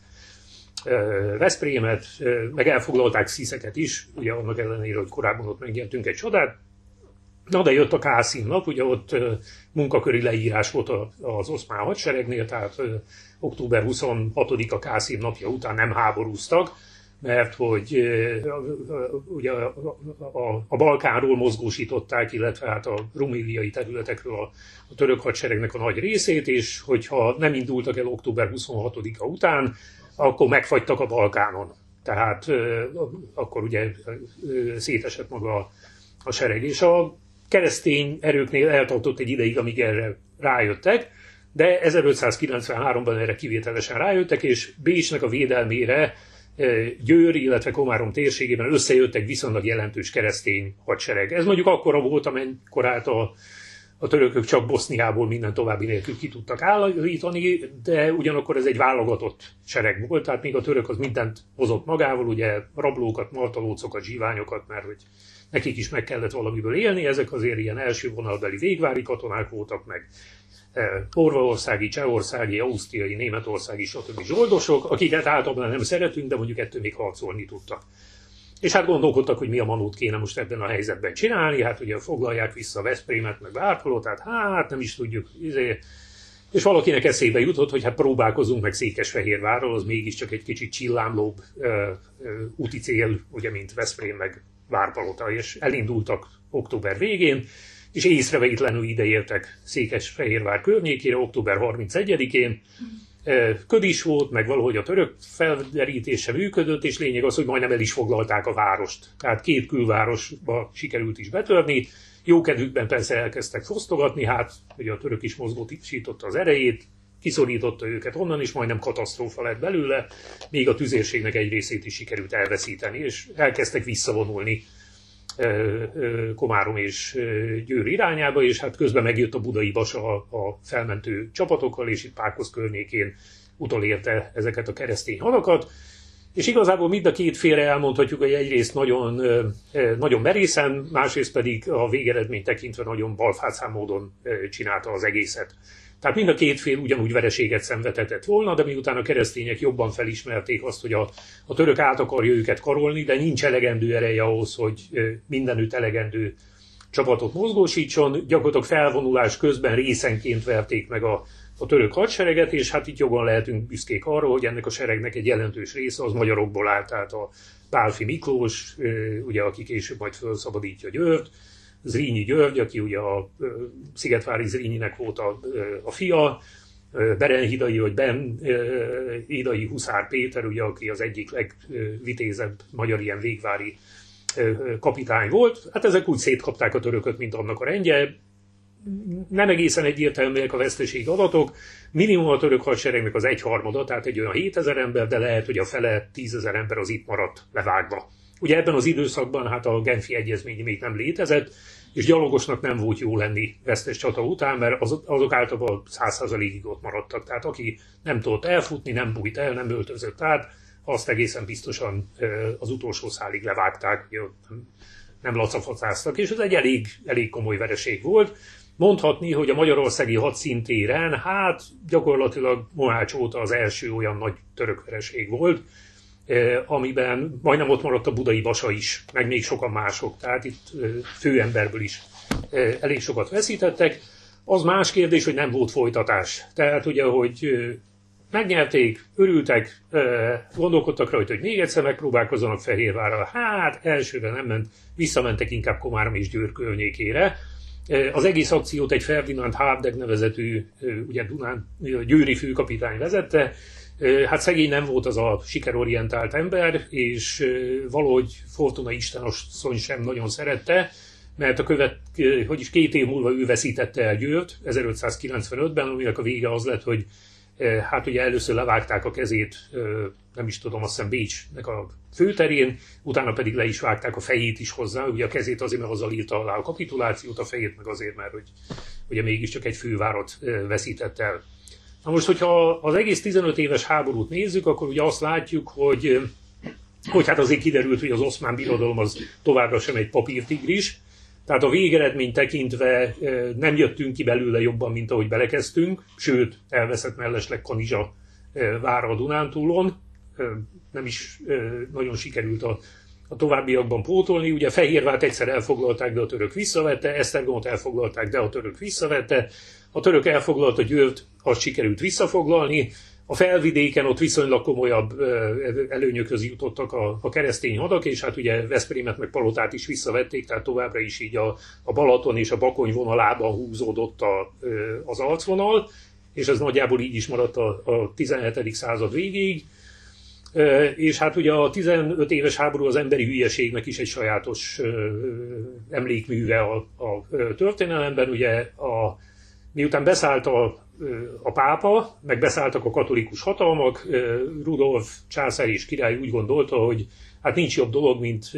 Veszprémet, meg elfoglalták Sziszeket is, ugye annak ellenére, hogy korábban ott megnyertünk egy csodát. Na de jött a Kászim nap, ugye ott munkaköri leírás volt az oszmán hadseregnél, tehát október huszonhatodika Kászim napja után nem háborúztak, mert hogy ugye a, a, a Balkánról mozgósították, illetve hát a ruméliai területekről a, a török hadseregnek a nagy részét, és hogyha nem indultak el október huszonhatodika után, akkor megfagytak a Balkánon. Tehát akkor ugye szétesett maga a, a sereg. És a keresztény erőknél eltartott egy ideig, amíg erre rájöttek, de ezerötszázkilencvenháromban erre kivételesen rájöttek, és Bécsnek a védelmére Győr, illetve Komárom térségében összejött egy viszonylag jelentős keresztény hadsereg. Ez mondjuk akkora volt, amennyikorát a, a törökök csak Boszniából minden további nélkül ki tudtak állítani, de ugyanakkor ez egy válogatott sereg volt, tehát még a török az mindent hozott magával, ugye rablókat, martalócokat, zsíványokat, mert hogy nekik is meg kellett valamiből élni, ezek azért ilyen első vonalbeli végvári katonák voltak, meg orvaországi, csehországi, ausztriai, németországi, stb. Zsoldosok, akiket általában nem szeretünk, de mondjuk ettől még harcolni tudtak. És hát gondolkodtak, hogy mi a manót kéne most ebben a helyzetben csinálni, hát ugye foglalják vissza Veszprémet, meg Várpalotát, hát nem is tudjuk, izé. És valakinek eszébe jutott, hogy hát próbálkozunk meg Székesfehérvárral, az mégiscsak egy kicsit csillámlóbb uh, uh, úti cél, ugye, mint Veszprém meg Várpalota, és elindultak október végén, és észrevétlenül ideértek Székesfehérvár környékére október harmincegyedikén. Köd is volt, meg valahogy a török felderítése működött, és lényeg az, hogy majdnem el is foglalták a várost. Tehát két külvárosba sikerült is betörni. Jókedvükben persze elkezdtek fosztogatni, hát ugye a török is mozgósította az erejét, kiszorította őket onnan, és majdnem katasztrófa lett belőle, még a tüzérségnek egy részét is sikerült elveszíteni, és elkezdtek visszavonulni Komárom és Győr irányába, és hát közben megjött a budai Basa a felmentő csapatokkal, és itt Pákoz környékén utolérte ezeket a keresztény hadakat. És igazából mind a két félre elmondhatjuk, hogy egyrészt nagyon, nagyon merészen, másrészt pedig a végeredményt tekintve nagyon balfácán módon csinálta az egészet. Tehát mind a két fél ugyanúgy vereséget szenvedhetett volna, de miután a keresztények jobban felismerték azt, hogy a, a török át akarja őket karolni, de nincs elegendő ereje ahhoz, hogy mindenütt elegendő csapatot mozgósítson, gyakorlatilag felvonulás közben részenként verték meg a, a török hadsereget, és hát itt jogon lehetünk büszkék arra, hogy ennek a seregnek egy jelentős része az magyarokból állt, tehát a Pálffy Miklós, ugye, aki később majd felszabadítja Győrt, Zrínyi György, aki ugye a Szigetvári Zrínyinek volt a, a fia, Berenhidai, vagy Ben Hidai Huszár Péter, ugye, aki az egyik legvitézebb magyar ilyen végvári kapitány volt. Hát ezek úgy szétkapták a törököt, mint annak a rendje. Nem egészen egyértelműek a veszteség adatok. Minimum a török hadseregnek az egyharmada, tehát egy olyan hétezer ember, de lehet, hogy a fele tízezer ember az itt maradt levágva. Ugye ebben az időszakban hát a Genfi egyezmény még nem létezett, és gyalogosnak nem volt jó lenni vesztes csata után, mert az, azok általában száz százalékig ott maradtak. Tehát aki nem tudott elfutni, nem bújt el, nem öltözött át, azt egészen biztosan az utolsó szálig levágták, hogy nem, nem lacafacáztak, és ez egy elég, elég komoly vereség volt. Mondhatni, hogy a magyarországi hadszintéren hát gyakorlatilag Mohács óta az első olyan nagy török vereség volt, amiben majdnem ott maradt a budai Basa is, meg még sokan mások, tehát itt főemberből is elég sokat veszítettek. Az más kérdés, hogy nem volt folytatás. Tehát ugye, hogy megnyerték, örültek, gondolkodtak rajta, hogy még egyszer megpróbálkozzanak Fehérvárral. Hát elsőre nem ment, visszamentek inkább Komárom és Győr környékére. Az egész akciót egy Ferdinand Hardegg nevezetű, ugye Dunán, győri főkapitány vezette. Hát szegény nem volt az a sikerorientált ember, és valahogy Fortuna istenasszony sem nagyon szerette, mert a követ, hogy is két év múlva ő veszítette el Győrt ezerötszázkilencvenötben, aminek a vége az lett, hogy Hát ugye először levágták a kezét, nem is tudom, azt hiszem Bécsnek a főterén, utána pedig le is vágták a fejét is hozzá, ugye a kezét azért, mert azzal írta alá a kapitulációt, a fejét meg azért, mert hogy ugye mégiscsak egy fővárat veszített el. Na most, hogyha az egész tizenöt éves háborút nézzük, akkor ugye azt látjuk, hogy, hogy hát azért kiderült, hogy az oszmán birodalom az továbbra sem egy papírtigris, tehát a végeredményt tekintve nem jöttünk ki belőle jobban, mint ahogy belekezdtünk, sőt, elveszett mellesleg Kanizsa vára a Dunántúlon, nem is nagyon sikerült a, a továbbiakban pótolni. Ugye Fehérvárt egyszer elfoglalták, de a török visszavette, Esztergomot elfoglalták, de a török visszavette, a török elfoglalta Győrt, azt sikerült visszafoglalni, a felvidéken ott viszonylag komolyabb előnyökhöz jutottak a, a keresztény hadak, és hát ugye Veszprémet meg Palotát is visszavették, tehát továbbra is így a, a Balaton és a Bakony vonalában húzódott a, az arcvonal, és ez nagyjából így is maradt a, a tizenhetedik század végéig. És hát ugye a tizenöt éves háború az emberi hülyeségnek is egy sajátos emlékműve a, a történelemben. Ugye a, miután beszállt a a pápa, meg beszálltak a katolikus hatalmak, Rudolf császár és király úgy gondolta, hogy hát nincs jobb dolog, mint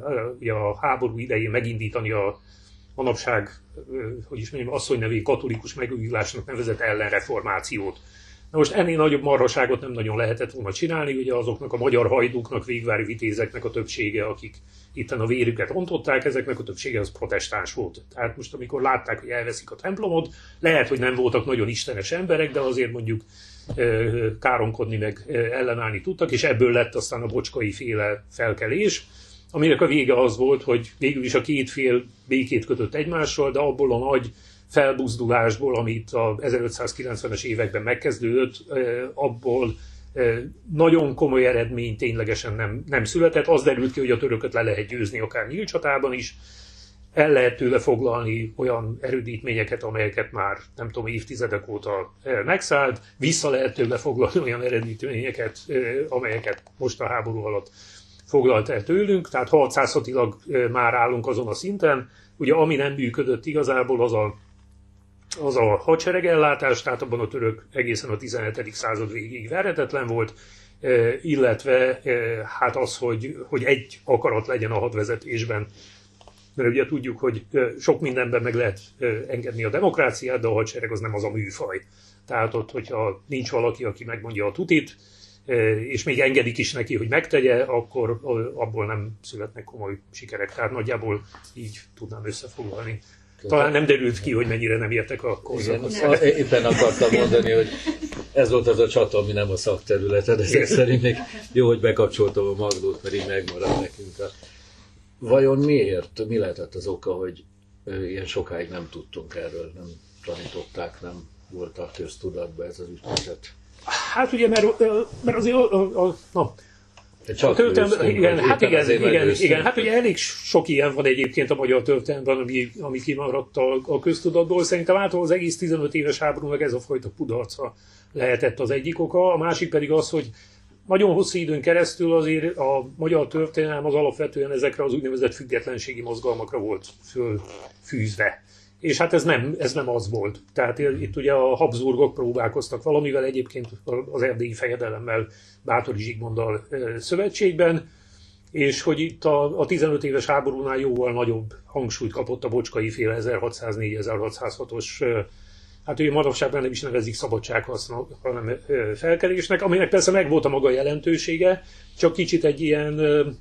a háború idején megindítani a manapság, hogy is mondjam, asszonynevé katolikus megújulásnak nevezett ellenreformációt. Na most ennél nagyobb marhaságot nem nagyon lehetett volna csinálni, ugye azoknak a magyar hajdúknak, végvári vitézeknek a többsége, akik itten a vérüket ontották, ezeknek a többsége az protestáns volt. Tehát most amikor látták, hogy elveszik a templomot, lehet, hogy nem voltak nagyon istenes emberek, de azért mondjuk káromkodni meg ellenállni tudtak, és ebből lett aztán a bocskai féle felkelés, aminek a vége az volt, hogy végül is a két fél békét kötött egymással, de abból a nagy felbuzdulásból, amit az ezerötszázkilencvenes években megkezdődött, abból nagyon komoly eredmény ténylegesen nem, nem született. Az derült ki, hogy a törököt le lehet győzni akár nyílt csatában is, el lehet tőle foglalni olyan erődítményeket, amelyeket már nem tudom, évtizedek óta megszállt, vissza lehet tőle foglalni olyan erődítményeket, amelyeket most a háború alatt foglalt el tőlünk, tehát harcászatilag már állunk azon a szinten. Ugye ami nem működött igazából, az a az a hadseregellátás, tehát abban a török egészen a tizenhetedik század végéig verhetetlen volt, illetve hát az, hogy, hogy egy akarat legyen a hadvezetésben. Mert ugye tudjuk, hogy sok mindenben meg lehet engedni a demokráciát, de a hadsereg az nem az a műfaj. Tehát ott, hogyha nincs valaki, aki megmondja a tutit, és még engedik is neki, hogy megtegye, akkor abból nem születnek komoly sikerek. Tehát nagyjából így tudnám összefoglalni. Talán nem derült ki, hogy mennyire nem értek a korszakhoz. Éppen akartam mondani, hogy ez volt az a csata, ami nem a szakterületed, ezek szerint még jó, hogy bekapcsoltam a Magdót, mert így megmarad nekünk. A... Vajon miért? Mi lehetett az oka, hogy ilyen sokáig nem tudtunk erről, nem tanították, nem volt a köztudatban ez az ügynevezet? Hát ugye, mert, mert azért a, a, a, na, Csak történelem, igen, hát igen, igen, igen, hát ugye elég sok ilyen van egyébként a magyar történelemben, ami, ami kimaradt a, a köztudatból. Szerintem általában az egész tizenöt éves háború meg ez a fajta kudarca lehetett az egyik oka. A másik pedig az, hogy nagyon hosszú időn keresztül azért a magyar történelem az alapvetően ezekre az úgynevezett függetlenségi mozgalmakra volt fölfűzve. És hát ez nem, ez nem az volt. Tehát itt ugye a Habsburgok próbálkoztak valamivel, egyébként az erdélyi fejedelemmel, Báthory Zsigmonddal szövetségben, és hogy itt a, a tizenöt éves háborúnál jóval nagyobb hangsúlyt kapott a bocskai féle ezerhatszáznégy ezerhatszázhatos, hát ugye manapságban nem is nevezik szabadsághasznak, hanem felkelésnek, aminek persze megvolt a maga jelentősége, csak kicsit egy ilyen,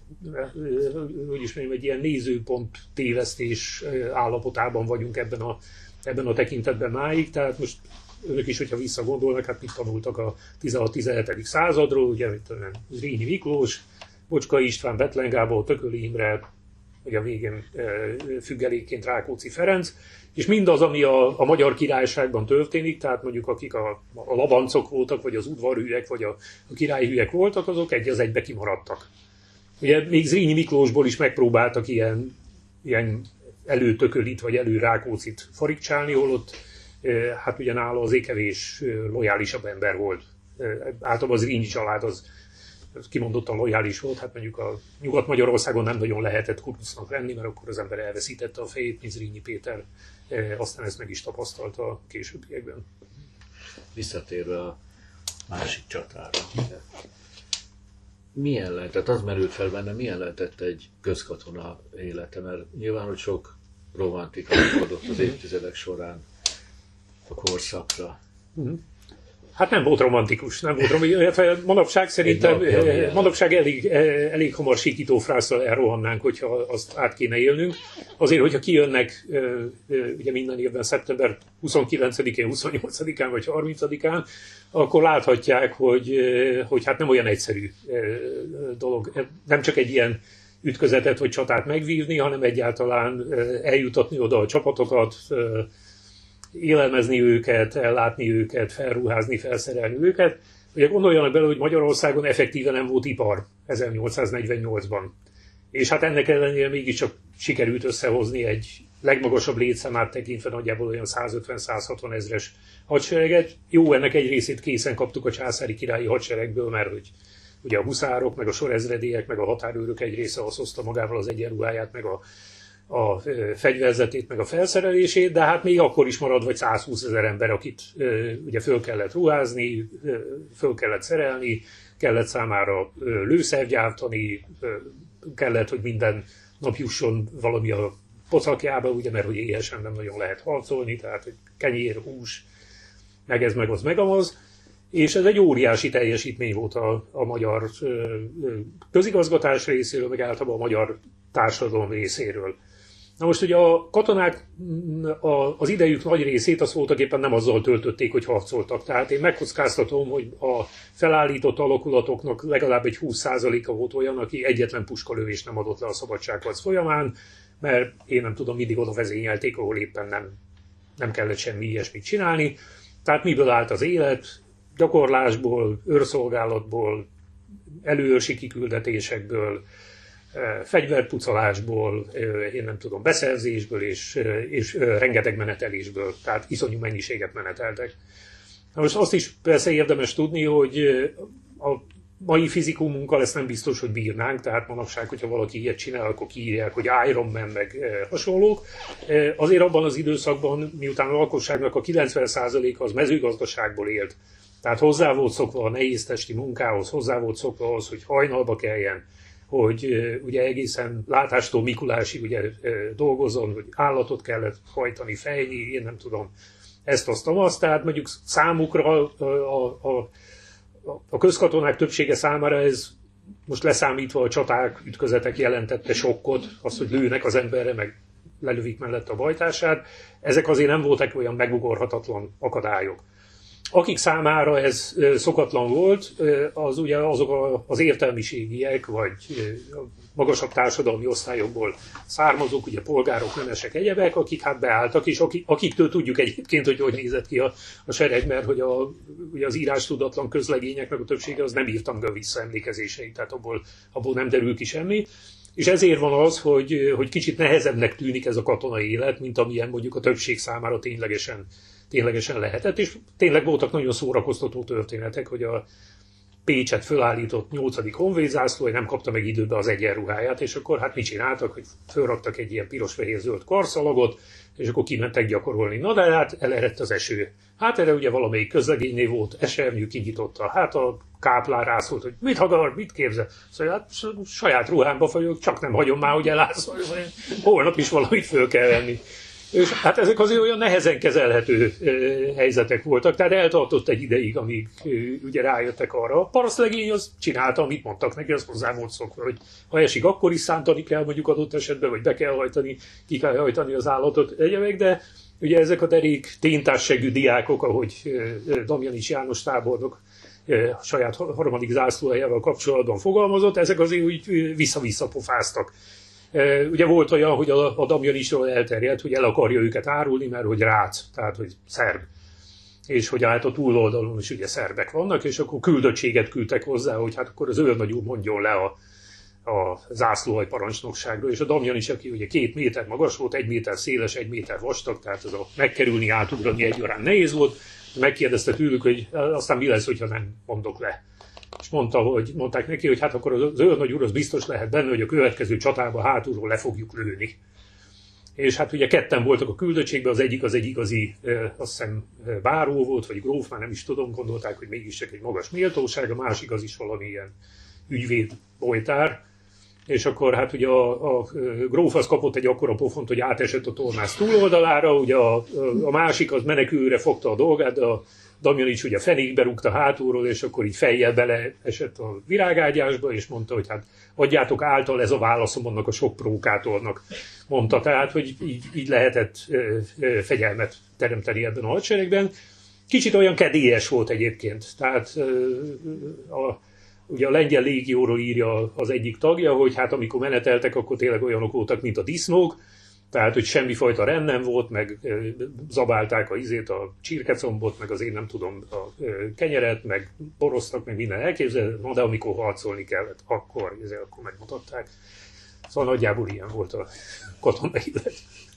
hogy is mondjam, egy ilyen nézőpont tévesztés állapotában vagyunk ebben a, ebben a tekintetben máig, tehát most önök is, hogyha visszagondolnak, hát mit tanultak a tizenhat-tizenhetedik századról, ugye, mint a Zrínyi Miklós, Bocskai István, Bethlen Gábor, Tököli Imre, ugye a végén függelékként Rákóczi Ferenc, és mindaz, ami a, a Magyar Királyságban történik, tehát mondjuk akik a, a labancok voltak, vagy az udvarhűek, vagy a, a királyhűek voltak, azok egy az egybe kimaradtak. Ugye még Zrínyi Miklósból is megpróbáltak ilyen, ilyen előtökölit, vagy előrákócit farigcsálni, holott hát ugye nála azért kevés lojálisabb ember volt. Általában az Zrínyi család az kimondottan lojális volt, hát mondjuk a Nyugat-Magyarországon nem nagyon lehetett kurucnak lenni, mert akkor az ember elveszítette a fejét, mint Zrínyi Péter, aztán ezt meg is tapasztalta a későbbiekben. Visszatérve a másik csatára. Milyen lehetett, az merült fel benne, milyen lehetett egy közkatona élete, mert nyilván, hogy sok romantika adott az évtizedek során a korszakra. Hát nem volt romantikus, nem volt romantikus. Manapság szerintem, manapság elég, elég hamar sikítófrásszal elrohannánk, hogyha azt át kéne élnünk. Azért, hogyha kijönnek ugye minden évben szeptember huszonkilencedikén, huszonnyolcadikán vagy harmincadikán, akkor láthatják, hogy, hogy hát nem olyan egyszerű dolog. Nem csak egy ilyen ütközetet vagy csatát megvívni, hanem egyáltalán eljutatni oda a csapatokat, élelmezni őket, ellátni őket, felruházni, felszerelni őket. Ugye gondoljanak bele, hogy Magyarországon effektíve nem volt ipar ezernyolcszáznegyvennyolcban. És hát ennek ellenére mégiscsak sikerült összehozni egy legmagasabb létszámát tekintve nagyjából olyan százötven-százhatvan ezres hadsereget. Jó, ennek egy részét készen kaptuk a császári királyi hadseregből, mert hogy ugye a huszárok, meg a sorezrediek, meg a határőrök egy része azt hozta magával az egyenruháját, meg a a fegyverzetét, meg a felszerelését, de hát még akkor is marad vagy százhúszezer ember, akit ugye föl kellett ruházni, föl kellett szerelni, kellett számára lőszert gyártani, kellett, hogy minden nap jusson valami a pocakjába, ugye, mert hogy éhesen nem nagyon lehet harcolni, tehát hogy kenyér, hús, meg ez, meg az, meg az. És ez egy óriási teljesítmény volt a, a magyar közigazgatás részéről, meg általában a magyar társadalom részéről. Na most ugye a katonák az idejük nagy részét azt voltaképpen nem azzal töltötték, hogy harcoltak. Tehát én megkockáztatom, hogy a felállított alakulatoknak legalább egy húsz százaléka volt olyan, aki egyetlen puskalövést nem adott le a szabadságharc folyamán, mert én nem tudom, mindig oda vezényelték, ahol éppen nem, nem kellett semmi ilyesmit csinálni. Tehát miből állt az élet? Gyakorlásból, őrszolgálatból, előőrsi kiküldetésekből, fegyverpucolásból, én nem tudom, beszerzésből és, és rengeteg menetelésből, tehát iszonyú mennyiséget meneteltek. Na most azt is persze érdemes tudni, hogy a mai fizikumunkkal ezt nem biztos, hogy bírnánk, tehát manapság, hogyha valaki ilyet csinál, akkor kiírják, hogy Iron Man meg hasonlók. Azért abban az időszakban, miután a lakosságnak a kilencven százaléka az mezőgazdaságból élt, tehát hozzá volt szokva a nehéztesti munkához, hozzá volt szokva ahhoz, hogy hajnalba keljen, hogy ugye egészen látástól Mikulásig ugye dolgozzon, hogy állatot kellett hajtani, fejni, én nem tudom, ezt azt, azt. Tehát mondjuk számukra a, a, a, a közkatonák többsége számára ez most leszámítva a csaták, ütközetek jelentette sokkot, az, hogy lőnek az emberre, meg lelövik mellett a bajtársát. Ezek azért nem voltak olyan megugorhatatlan akadályok. Akik számára ez szokatlan volt, az ugye azok az értelmiségiek, vagy magasabb társadalmi osztályokból származók, ugye polgárok, nemesek, egyebek, akik hát beálltak, és akik, akiktől tudjuk egyébként, hogy hogy nézett ki a, a sereg, mert hogy a, ugye az írástudatlan közlegényeknek a többsége az nem írtam be a visszaemlékezéseit, tehát abból, abból nem derül ki semmi. És ezért van az, hogy, hogy kicsit nehezebbnek tűnik ez a katonai élet, mint amilyen mondjuk a többség számára ténylegesen, ténylegesen lehetett. És tényleg voltak nagyon szórakoztató történetek, hogy a Pécset fölállított nyolcadik honvédzászló, nem kapta meg időbe az egyenruháját, és akkor hát mit csináltak, hogy fölraktak egy ilyen piros-fehér-zöld karszalagot, és akkor kimentek gyakorolni. Na de hát elerett az eső. Hát erre ugye valamelyik közlegénynél volt esernyő, kinyitotta. Hát a káplár rászólt, hogy mit akar, mit képzel. Szóval hát saját ruhámba vagyok, csak nem hagyom már, hogy elászol. Holnap is valamit föl kell venni. És hát ezek azért olyan nehezen kezelhető helyzetek voltak, tehát eltartott egy ideig, amíg ugye rájöttek arra. A parasztlegény az csinálta, amit mondtak neki, az hozzá volt szokva, hogy ha esik, akkor is szántani kell mondjuk adott esetben, vagy be kell hajtani, ki kell hajtani az állatot, egyebek, de ugye ezek a derék téntássegű diákok, ahogy Damjanich János tábornok a saját harmadik zászlóhelyával kapcsolatban fogalmazott, ezek azért úgy vissza-vissza pofáztak. Ugye volt olyan, hogy a, a Damjanichról elterjedt, hogy el akarja őket árulni, mert hogy rác, tehát hogy szerb. És hogy hát a túloldalon is ugye szerbek vannak, és akkor küldöttséget küldtek hozzá, hogy hát akkor az őrnagy úr mondjon le a, a zászlóhaj parancsnokságról, és a Damjanich, aki ugye két méter magas volt, egy méter széles, egy méter vastag, tehát az a megkerülni, átugrani egyaránt nehéz volt, megkérdezte tőlük, hogy aztán mi lesz, hogyha nem mondok le. És mondta, hogy, mondták neki, hogy hát akkor az őrnagy úr az biztos lehet benne, hogy a következő csatában hátulról le fogjuk lőni. és hát ugye ketten voltak a küldöttségben, az egyik az egy igazi, azt hiszem báró volt, vagy gróf, már nem is tudom, gondolták, hogy mégis csak egy magas méltóság, a másik az is valamilyen ügyvéd, bojtár, és akkor hát ugye a, a gróf az kapott egy akkora pofont, hogy átesett a tornász túloldalára, ugye a, a másik az menekülőre fogta a dolgát, de a Damjanics ugye fenékbe rúgta hátulról, és akkor így fejjel bele esett a virágágyásba, és mondta, hogy hát adjátok által, ez a válaszom annak a sok prókátornak, mondta. Tehát, hogy így, így lehetett ö, ö, fegyelmet teremteni ebben a hadseregben. Kicsit olyan kedélyes volt egyébként. Tehát ö, a, ugye a lengyel légióról írja az egyik tagja, hogy hát amikor meneteltek, akkor tényleg olyanok voltak, mint a disznók, tehát, hogy semmifajta rend nem volt, meg zabálták a izét, a csirkecombot, meg az én nem tudom, a kenyeret, meg boroztak, meg minden elképzelhető, no, de amikor harcolni kellett, akkor, ezért akkor megmutatták. Szóval nagyjából ilyen volt a katonai élet.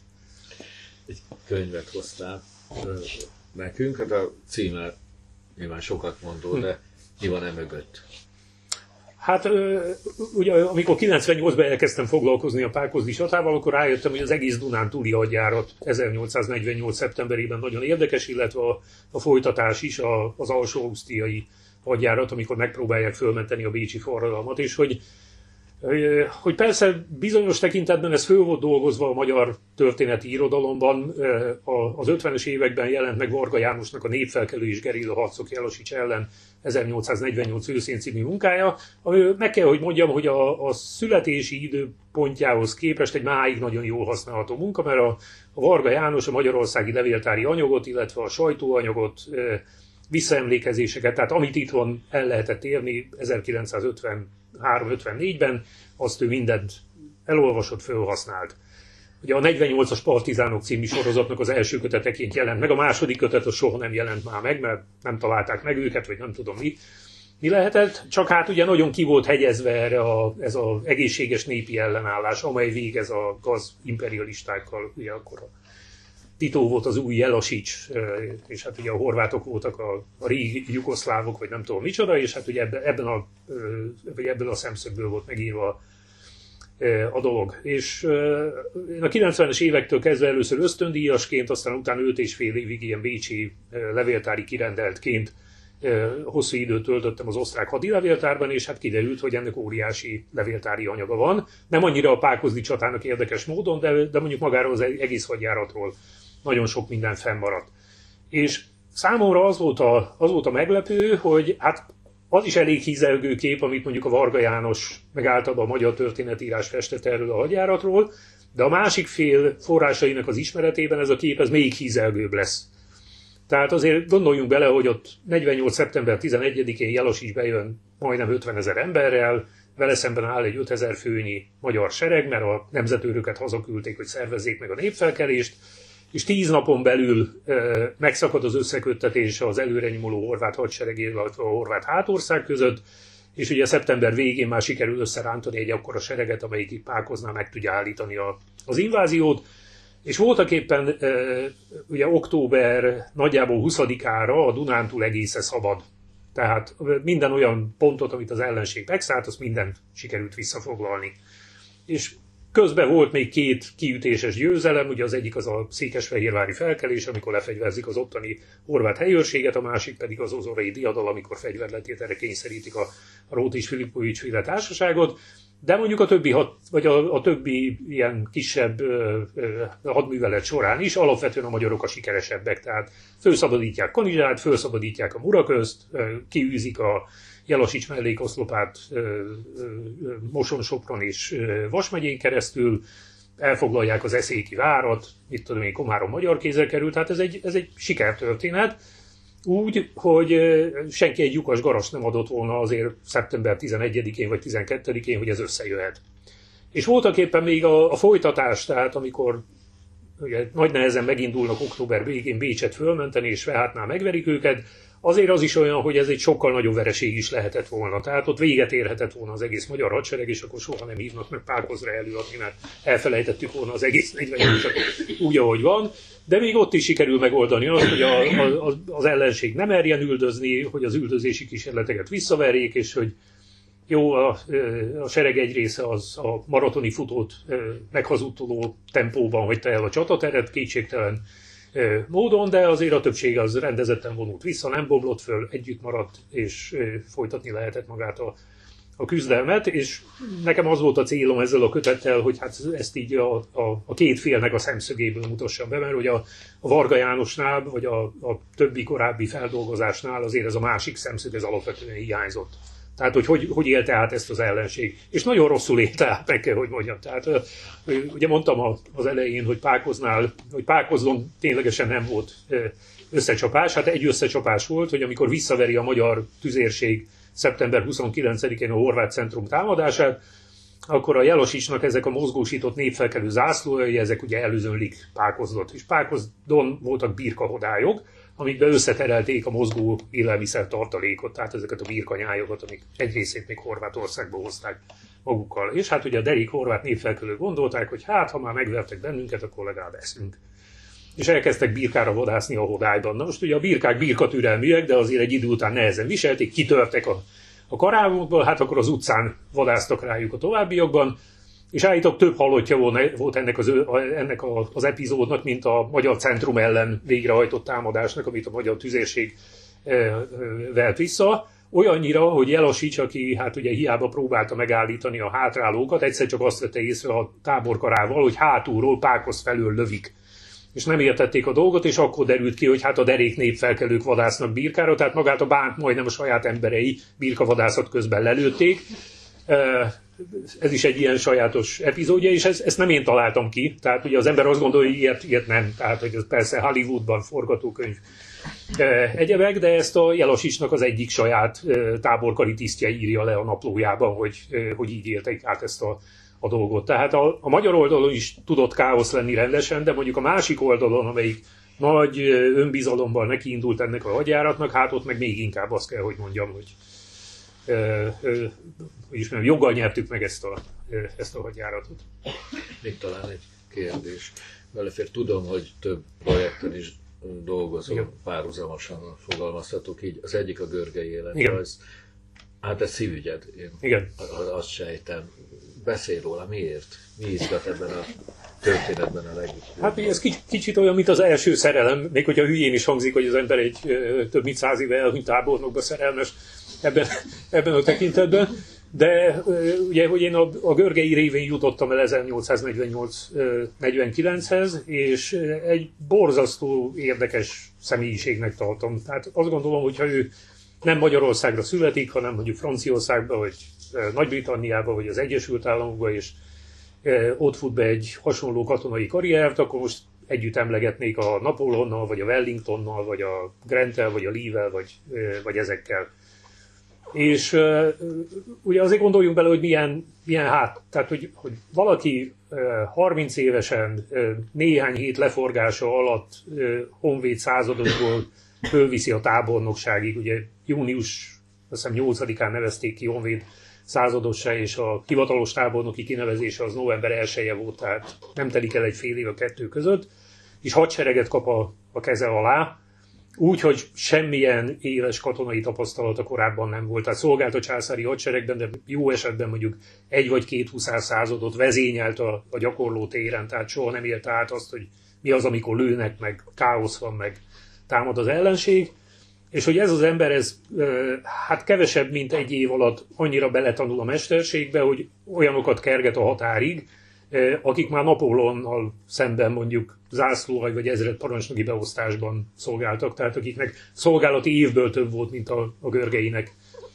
Egy könyvet hoztál nekünk, hát a címe nyilván sokat mondó, de mi van e mögött? Hát ugye amikor kilencvennyolcban elkezdtem foglalkozni a Pákozdi csatával, akkor rájöttem, hogy az egész Dunántúli hadjárat ezernyolcszáznegyvennyolc. szeptemberében nagyon érdekes, illetve a, a folytatás is, a, az alsó-ausztriai hadjárat, amikor megpróbálják fölmenteni a bécsi forradalmat, és hogy, hogy persze bizonyos tekintetben ez föl volt dolgozva a magyar történeti irodalomban, az ötvenes években jelent meg Varga Jánosnak a Népfelkelő és gerilla harcok Jelasics ellen ezernyolcszáznegyvennyolc őszén című munkája, ami meg kell, hogy mondjam, hogy a, a születési időpontjához képest egy máig nagyon jól használható munka, mert a, a Varga János a magyarországi levéltári anyagot, illetve a sajtóanyagot, visszaemlékezéseket, tehát amit itthon el lehetett érni ezerkilencszázötvenhárom ötvennégyben, azt ő mindent elolvasott, felhasznált. Ugye a negyvennyolcas Partizánok című sorozatnak az első köteteként jelent meg, a második kötet az soha nem jelent már meg, mert nem találták meg őket, vagy nem tudom mi, mi lehetett, csak hát ugye nagyon ki volt hegyezve erre a, ez az egészséges népi ellenállás, amely végez a gaz imperialistákkal, ugye akkor a Tito volt az új Jelasics, és hát ugye a horvátok voltak a, a régi jugoszlávok, vagy nem tudom micsoda, és hát ugye ebben, ebben, a, vagy ebben a szemszögből volt megírva a dolog. És én a kilencvenes évektől kezdve először ösztöndíjasként, aztán utána öt és fél évig ilyen bécsi levéltári kirendeltként hosszú időt töltöttem az osztrák hadilevéltárban, és hát kiderült, hogy ennek óriási levéltári anyaga van. Nem annyira a Pákozdi csatának érdekes módon, de, de mondjuk magáról az egész hadjáratról nagyon sok minden fennmaradt. És számomra az volt a, az volt a meglepő, hogy hát az is elég hízelgő kép, amit mondjuk a Varga János, meg általában a magyar történetírás festett erről a hadjáratról, de a másik fél forrásainak az ismeretében ez a kép ez még hízelgőbb lesz. Tehát azért gondoljunk bele, hogy ott negyvennyolc. szeptember tizenegyedikén Jelasics bejön majdnem ötvenezer emberrel, vele szemben áll egy ötezer főnyi magyar sereg, mert a nemzetőröket hazaküldték, hogy szervezzék meg a népfelkelést, és tíz napon belül e, megszakad az összeköttetés az előrenyomuló horvát hadsereg, illetve a horvát hátország között, és ugye szeptember végén már sikerül összerántani egy akkora sereget, amelyik itt Pákoznál meg tudja állítani a, az inváziót, és voltak éppen e, ugye október nagyjából huszadikára a Dunántúl egészen szabad. Tehát minden olyan pontot, amit az ellenség megszállt, azt mindent sikerült visszafoglalni. És közben volt még két kiütéses győzelem, ugye az egyik az a székesfehérvári felkelés, amikor lefegyverzik az ottani horvát helyőrséget, a másik pedig az ozorai diadal, amikor fegyverletételre kényszerítik a, a Róth és Filipovics féle társaságot. De mondjuk a többi, hat, vagy a, a többi ilyen kisebb ö, ö, hadművelet során is alapvetően a magyarok a sikeresebbek. Tehát felszabadítják Kanizsát, felszabadítják a Muraközt, kiűzik a Jelasics mellékoszlopát Moson-Sopron és Vas megyén keresztül, elfoglalják az eszéki várat, mit tudom én, Komárom magyar kézzel került, tehát ez egy, ez egy sikertörténet. Úgy, hogy senki egy lyukas garast nem adott volna azért szeptember tizenegyedikén vagy tizenkettedikén, hogy ez összejöhet. És voltak éppen még a, a folytatás, tehát amikor ugye, nagy nehezen megindulnak október végén Bécset fölmenteni, és Svehátnál megverik őket, azért az is olyan, hogy ez egy sokkal nagyobb vereség is lehetett volna. Tehát ott véget érhetett volna az egész magyar hadsereg, és akkor soha nem hívnak meg Pákozra előadni, mert elfelejtettük volna az egész negyvennyolcat úgy, ahogy van. De még ott is sikerül megoldani azt, hogy a, a, az ellenség nem merjen üldözni, hogy az üldözési kísérleteket visszaverjék, és hogy jó, a, a sereg egy része az a maratoni futót meghazudtoló tempóban hagyta el a csatateret, kétségtelen módon, de azért a többség az rendezetten vonult vissza, nem bomlott föl, együtt maradt, és folytatni lehetett magát a, a küzdelmet, és nekem az volt a célom ezzel a kötettel, hogy hát ezt így a, a, a két félnek a szemszögéből mutassam be, mert hogy a, a Varga Jánosnál, vagy a, a többi korábbi feldolgozásnál azért ez a másik szemszög, ez alapvetően hiányzott. Tehát, hogy, hogy hogy élte át ezt az ellenség. És nagyon rosszul élte át, meg kell, hogy mondjam. Tehát, ugye mondtam az elején, hogy Pákoznál, hogy Pákozdon ténylegesen nem volt összecsapás. Hát egy összecsapás volt, hogy amikor visszaveri a magyar tüzérség szeptember huszonkilencedikén a horvát centrum támadását, akkor a Jelosicsnak ezek a mozgósított népfelkelő zászlói, ezek ugye előzönlik Pákozdot. És Pákozdon voltak birkahodályok, amikben összeterelték a mozgó élelmiszer tartalékot, tehát ezeket a birkanyályokat, amik egy részét még Horvátországba hozták magukkal. És hát ugye a derék horvát népfelkelők gondolták, hogy hát, ha már megvertek bennünket, akkor legalább eszünk. És elkezdtek birkára vadászni a hodályban. Na most ugye a birkák birkatürelműek, de azért egy idő után nehezen viselték, kitörtek a, a karávokból, hát akkor az utcán vadáztak rájuk a továbbiakban, és állítólag több halottja volt ennek az, ennek az epizódnak, mint a magyar centrum ellen végrehajtott támadásnak, amit a magyar tüzérség vert vissza. Olyannyira, hogy Jelosics, aki hát ugye hiába próbálta megállítani a hátrálókat, egyszer csak azt vette észre a táborkarával, hogy hátulról Pákoz felől lövik. És nem értették a dolgot, és akkor derült ki, hogy hát a derék népfelkelők vadásznak birkára, tehát magát a bánt majdnem a saját emberei birkavadászat közben lelőtték. Ez is egy ilyen sajátos epizódja, és ez, ezt nem én találtam ki. Tehát ugye az ember azt gondolja, hogy ilyet, ilyet nem. Tehát, hogy ez persze Hollywoodban forgatókönyv egyebek, de ezt a Jelosicsnak az egyik saját táborkari tisztje írja le a naplójában, hogy, hogy így élték át ezt a, a dolgot. Tehát a, a magyar oldalon is tudott káosz lenni rendesen, de mondjuk a másik oldalon, amelyik nagy önbizalommal nekiindult ennek a hadjáratnak, hát ott meg még inkább azt kell, hogy mondjam, hogy Ö, ö, ismerem, joggal nyertük meg ezt a, ezt a hadjáratot. Még talán egy kérdés. Belefér, tudom, hogy több projekten is dolgozom, párhuzamosan fogalmazhatok így. Az egyik a Görgei életrajz. Hát ez szívügyed, én Igen. azt sejtem. Beszélj róla, miért? Mi izgat ebben a történetben a legjobb? Hát ez kicsit, kicsit olyan, mint az első szerelem, még hogyha hülyén is hangzik, hogy az ember egy több mint száz éve elhunyt tábornokba szerelmes ebben, ebben a tekintetben. De ugye, hogy én a, a Görgei révén jutottam el ezernyolcszáznegyvennyolc negyvenkilenchez, és egy borzasztó érdekes személyiségnek tartom. Tehát azt gondolom, hogyha ő nem Magyarországra születik, hanem mondjuk Franciaországba, vagy Nagy-Britanniába, vagy az Egyesült Államokba, és ott fut be egy hasonló katonai karriert, akkor most együtt emlegetnék a Napóleonnal, vagy a Wellingtonnal, vagy a Granttel, vagy a Lee-vel, vagy, vagy ezekkel. És uh, ugye azért gondoljunk bele, hogy milyen, milyen hát, tehát hogy, hogy valaki uh, harminc évesen uh, néhány hét leforgása alatt uh, honvéd századosból fölviszi a tábornokságig, ugye június azt hiszem nyolcadikán nevezték ki honvéd századossá, és a hivatalos tábornoki kinevezése az november elseje volt, tehát nem telik el egy fél év a kettő között, és hadsereget kap a, a keze alá, úgy, hogy semmilyen éles katonai tapasztalata korábban nem volt. Tehát szolgált a császári hadseregben, de jó esetben mondjuk egy vagy két huszár századot vezényelt a, a gyakorló téren, tehát soha nem élte át azt, hogy mi az, amikor lőnek, meg káosz van, meg támad az ellenség. És hogy ez az ember, ez hát kevesebb, mint egy év alatt annyira beletanul a mesterségbe, hogy olyanokat kerget a határig, akik már Napóleonnal szemben mondjuk zászlóhaj vagy ezredparancsnoki beosztásban szolgáltak, tehát akiknek szolgálati évből több volt, mint a, a Görgeinek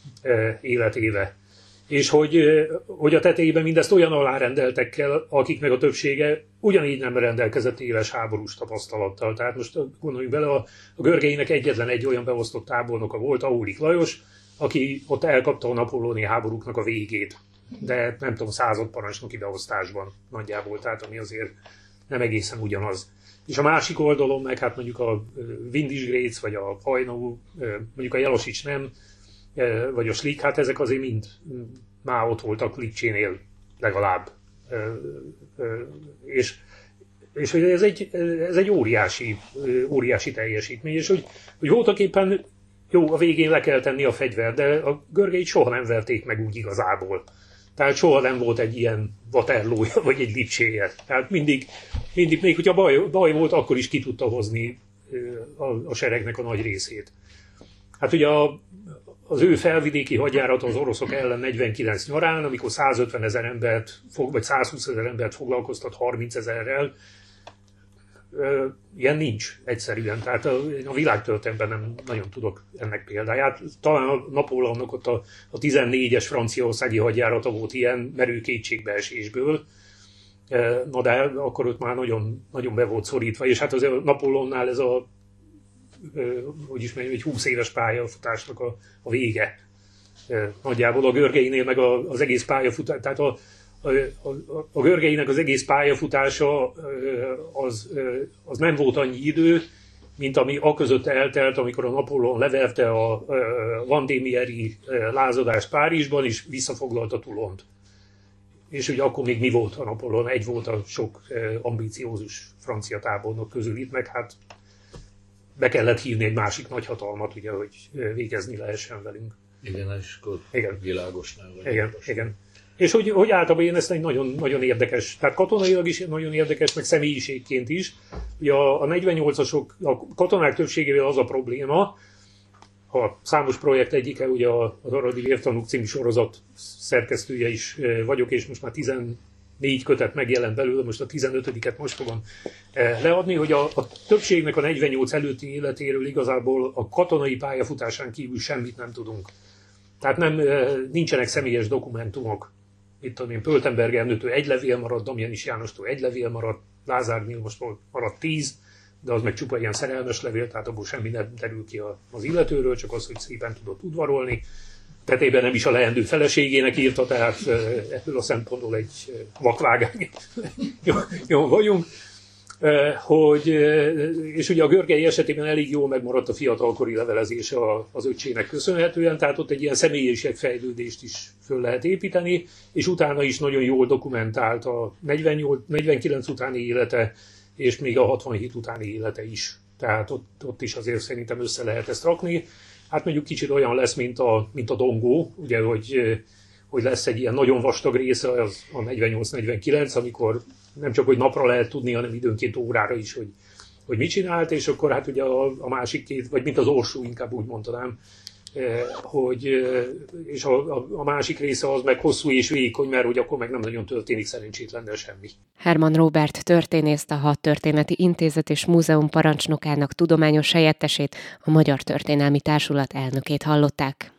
életéve. És hogy, hogy a tetejében mindezt olyan alárendeltekkel, akiknek a többsége ugyanígy nem rendelkezett éles háborús tapasztalattal. Tehát most gondoljunk bele, a, a Görgeinek egyetlen egy olyan beosztott tábornoka volt, Aulik Lajos, aki ott elkapta a napóleoni háborúknak a végét. De nem tudom, századparancsnoki beosztásban nagyjából, tehát ami azért nem egészen ugyanaz. És a másik oldalon meg hát mondjuk a Windisch-Graetz, vagy a Hajnó, mondjuk a Jelosics nem, vagy a Schlick, hát ezek azért mind már ott voltak Lipcsénél legalább. És, és ez egy, ez egy óriási, óriási teljesítmény, és hogy, hogy voltak éppen jó, a végén le kell tenni a fegyvert, de a Görgeit soha nem verték meg úgy igazából. Tehát soha nem volt egy ilyen Waterloo-ja, vagy egy Lipcséje. Tehát mindig, mindig még hogyha baj, baj volt, akkor is ki tudta hozni a, a seregnek a nagy részét. Hát ugye a, az ő felvidéki hadjárat az oroszok ellen negyvenkilenc nyarán, amikor százötven ezer embert, vagy százhúsz ezer embert foglalkoztat harminc ezerrel, ilyen nincs egyszerűen. Tehát a, a világtörténelemben nem nagyon tudok ennek példáját. Talán a Napóleonnak ott a, a tizennégyes franciaországi hadjárata volt ilyen merő kétségbeesésből, na de akkor ott már nagyon, nagyon be volt szorítva, és hát azért a Napóleonnál ez a hogy is mondjam, egy húsz éves pályafutásnak a, a vége. Nagyjából a Görgeinél meg a, az egész pályafutás, tehát a, a, a, a Görgeinek az egész pályafutása az, az nem volt annyi idő, mint ami aközött eltelt, amikor a Napóleon leverte a Vendémieri lázadást Párizsban, és visszafoglalta Toulont. És ugye akkor még mi volt a Napóleon? Egy volt a sok ambiciózus francia tábornok közül itt, meg hát be kellett hívni egy másik nagyhatalmat, ugye, hogy végezni lehessen velünk. Igen, és akkor igen. világosnál. Igen, igen. És hogy, hogy általában én ezt egy nagyon, nagyon érdekes, tehát katonailag is nagyon érdekes, meg személyiségként is. Ugye a, a negyvennyolcasok, a katonák többségével az a probléma, a számos projekt egyike, ugye az Aradi Vértanúk című sorozat szerkesztője is vagyok, és most már tizennégy kötet megjelent belőle, most a tizenötödiket most fogom leadni, hogy a, a többségnek a negyvennyolc előtti életéről igazából a katonai pályafutásán kívül semmit nem tudunk. Tehát nem, nincsenek személyes dokumentumok. Itt tudom én, Pöltenberg Ernőtől egy levél maradt, Damjanis Jánostól egy levél maradt, Lázár Vilmostól maradt tíz, de az meg csupa ilyen szerelmes levél, tehát abból semmi nem derül ki az illetőről, csak az, hogy szépen tudott udvarolni. Tetében nem is a leendő feleségének írta, tehát ebből a szempontból egy vakvágány. jó, jó vagyunk. Hogy, és ugye a Görgei esetében elég jól megmaradt a fiatalkori levelezése az öccsének köszönhetően, tehát ott egy ilyen személyiségfejlődést is föl lehet építeni, és utána is nagyon jól dokumentált a negyvennyolc, negyvenkilenc utáni élete, és még a hatvanhét utáni élete is. Tehát ott, ott is azért szerintem össze lehet ezt rakni. Hát mondjuk kicsit olyan lesz, mint a, mint a Dongó, ugye, hogy, hogy lesz egy ilyen nagyon vastag része, az a negyvennyolc negyvenkilenc, amikor nem csak, hogy napra lehet tudni, hanem időnként órára is, hogy, hogy mit csinált, és akkor hát ugye a, a másik két, vagy mint az Orsó, inkább úgy mondanám, hogy, és a, a, a másik része az meg hosszú és vékony, mert hogy akkor meg nem nagyon történik szerencsétlennel semmi. Herman Róbert történészt, a Hadtörténeti Intézet és Múzeum parancsnokának tudományos helyettesét, a Magyar Történelmi Társulat elnökét hallották.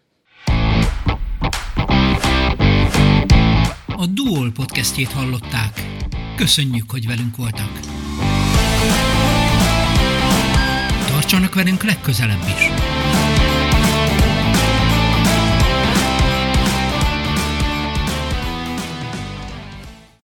A Duol podcastjét hallották. Köszönjük, hogy velünk voltak. Tartsanak velünk legközelebb is!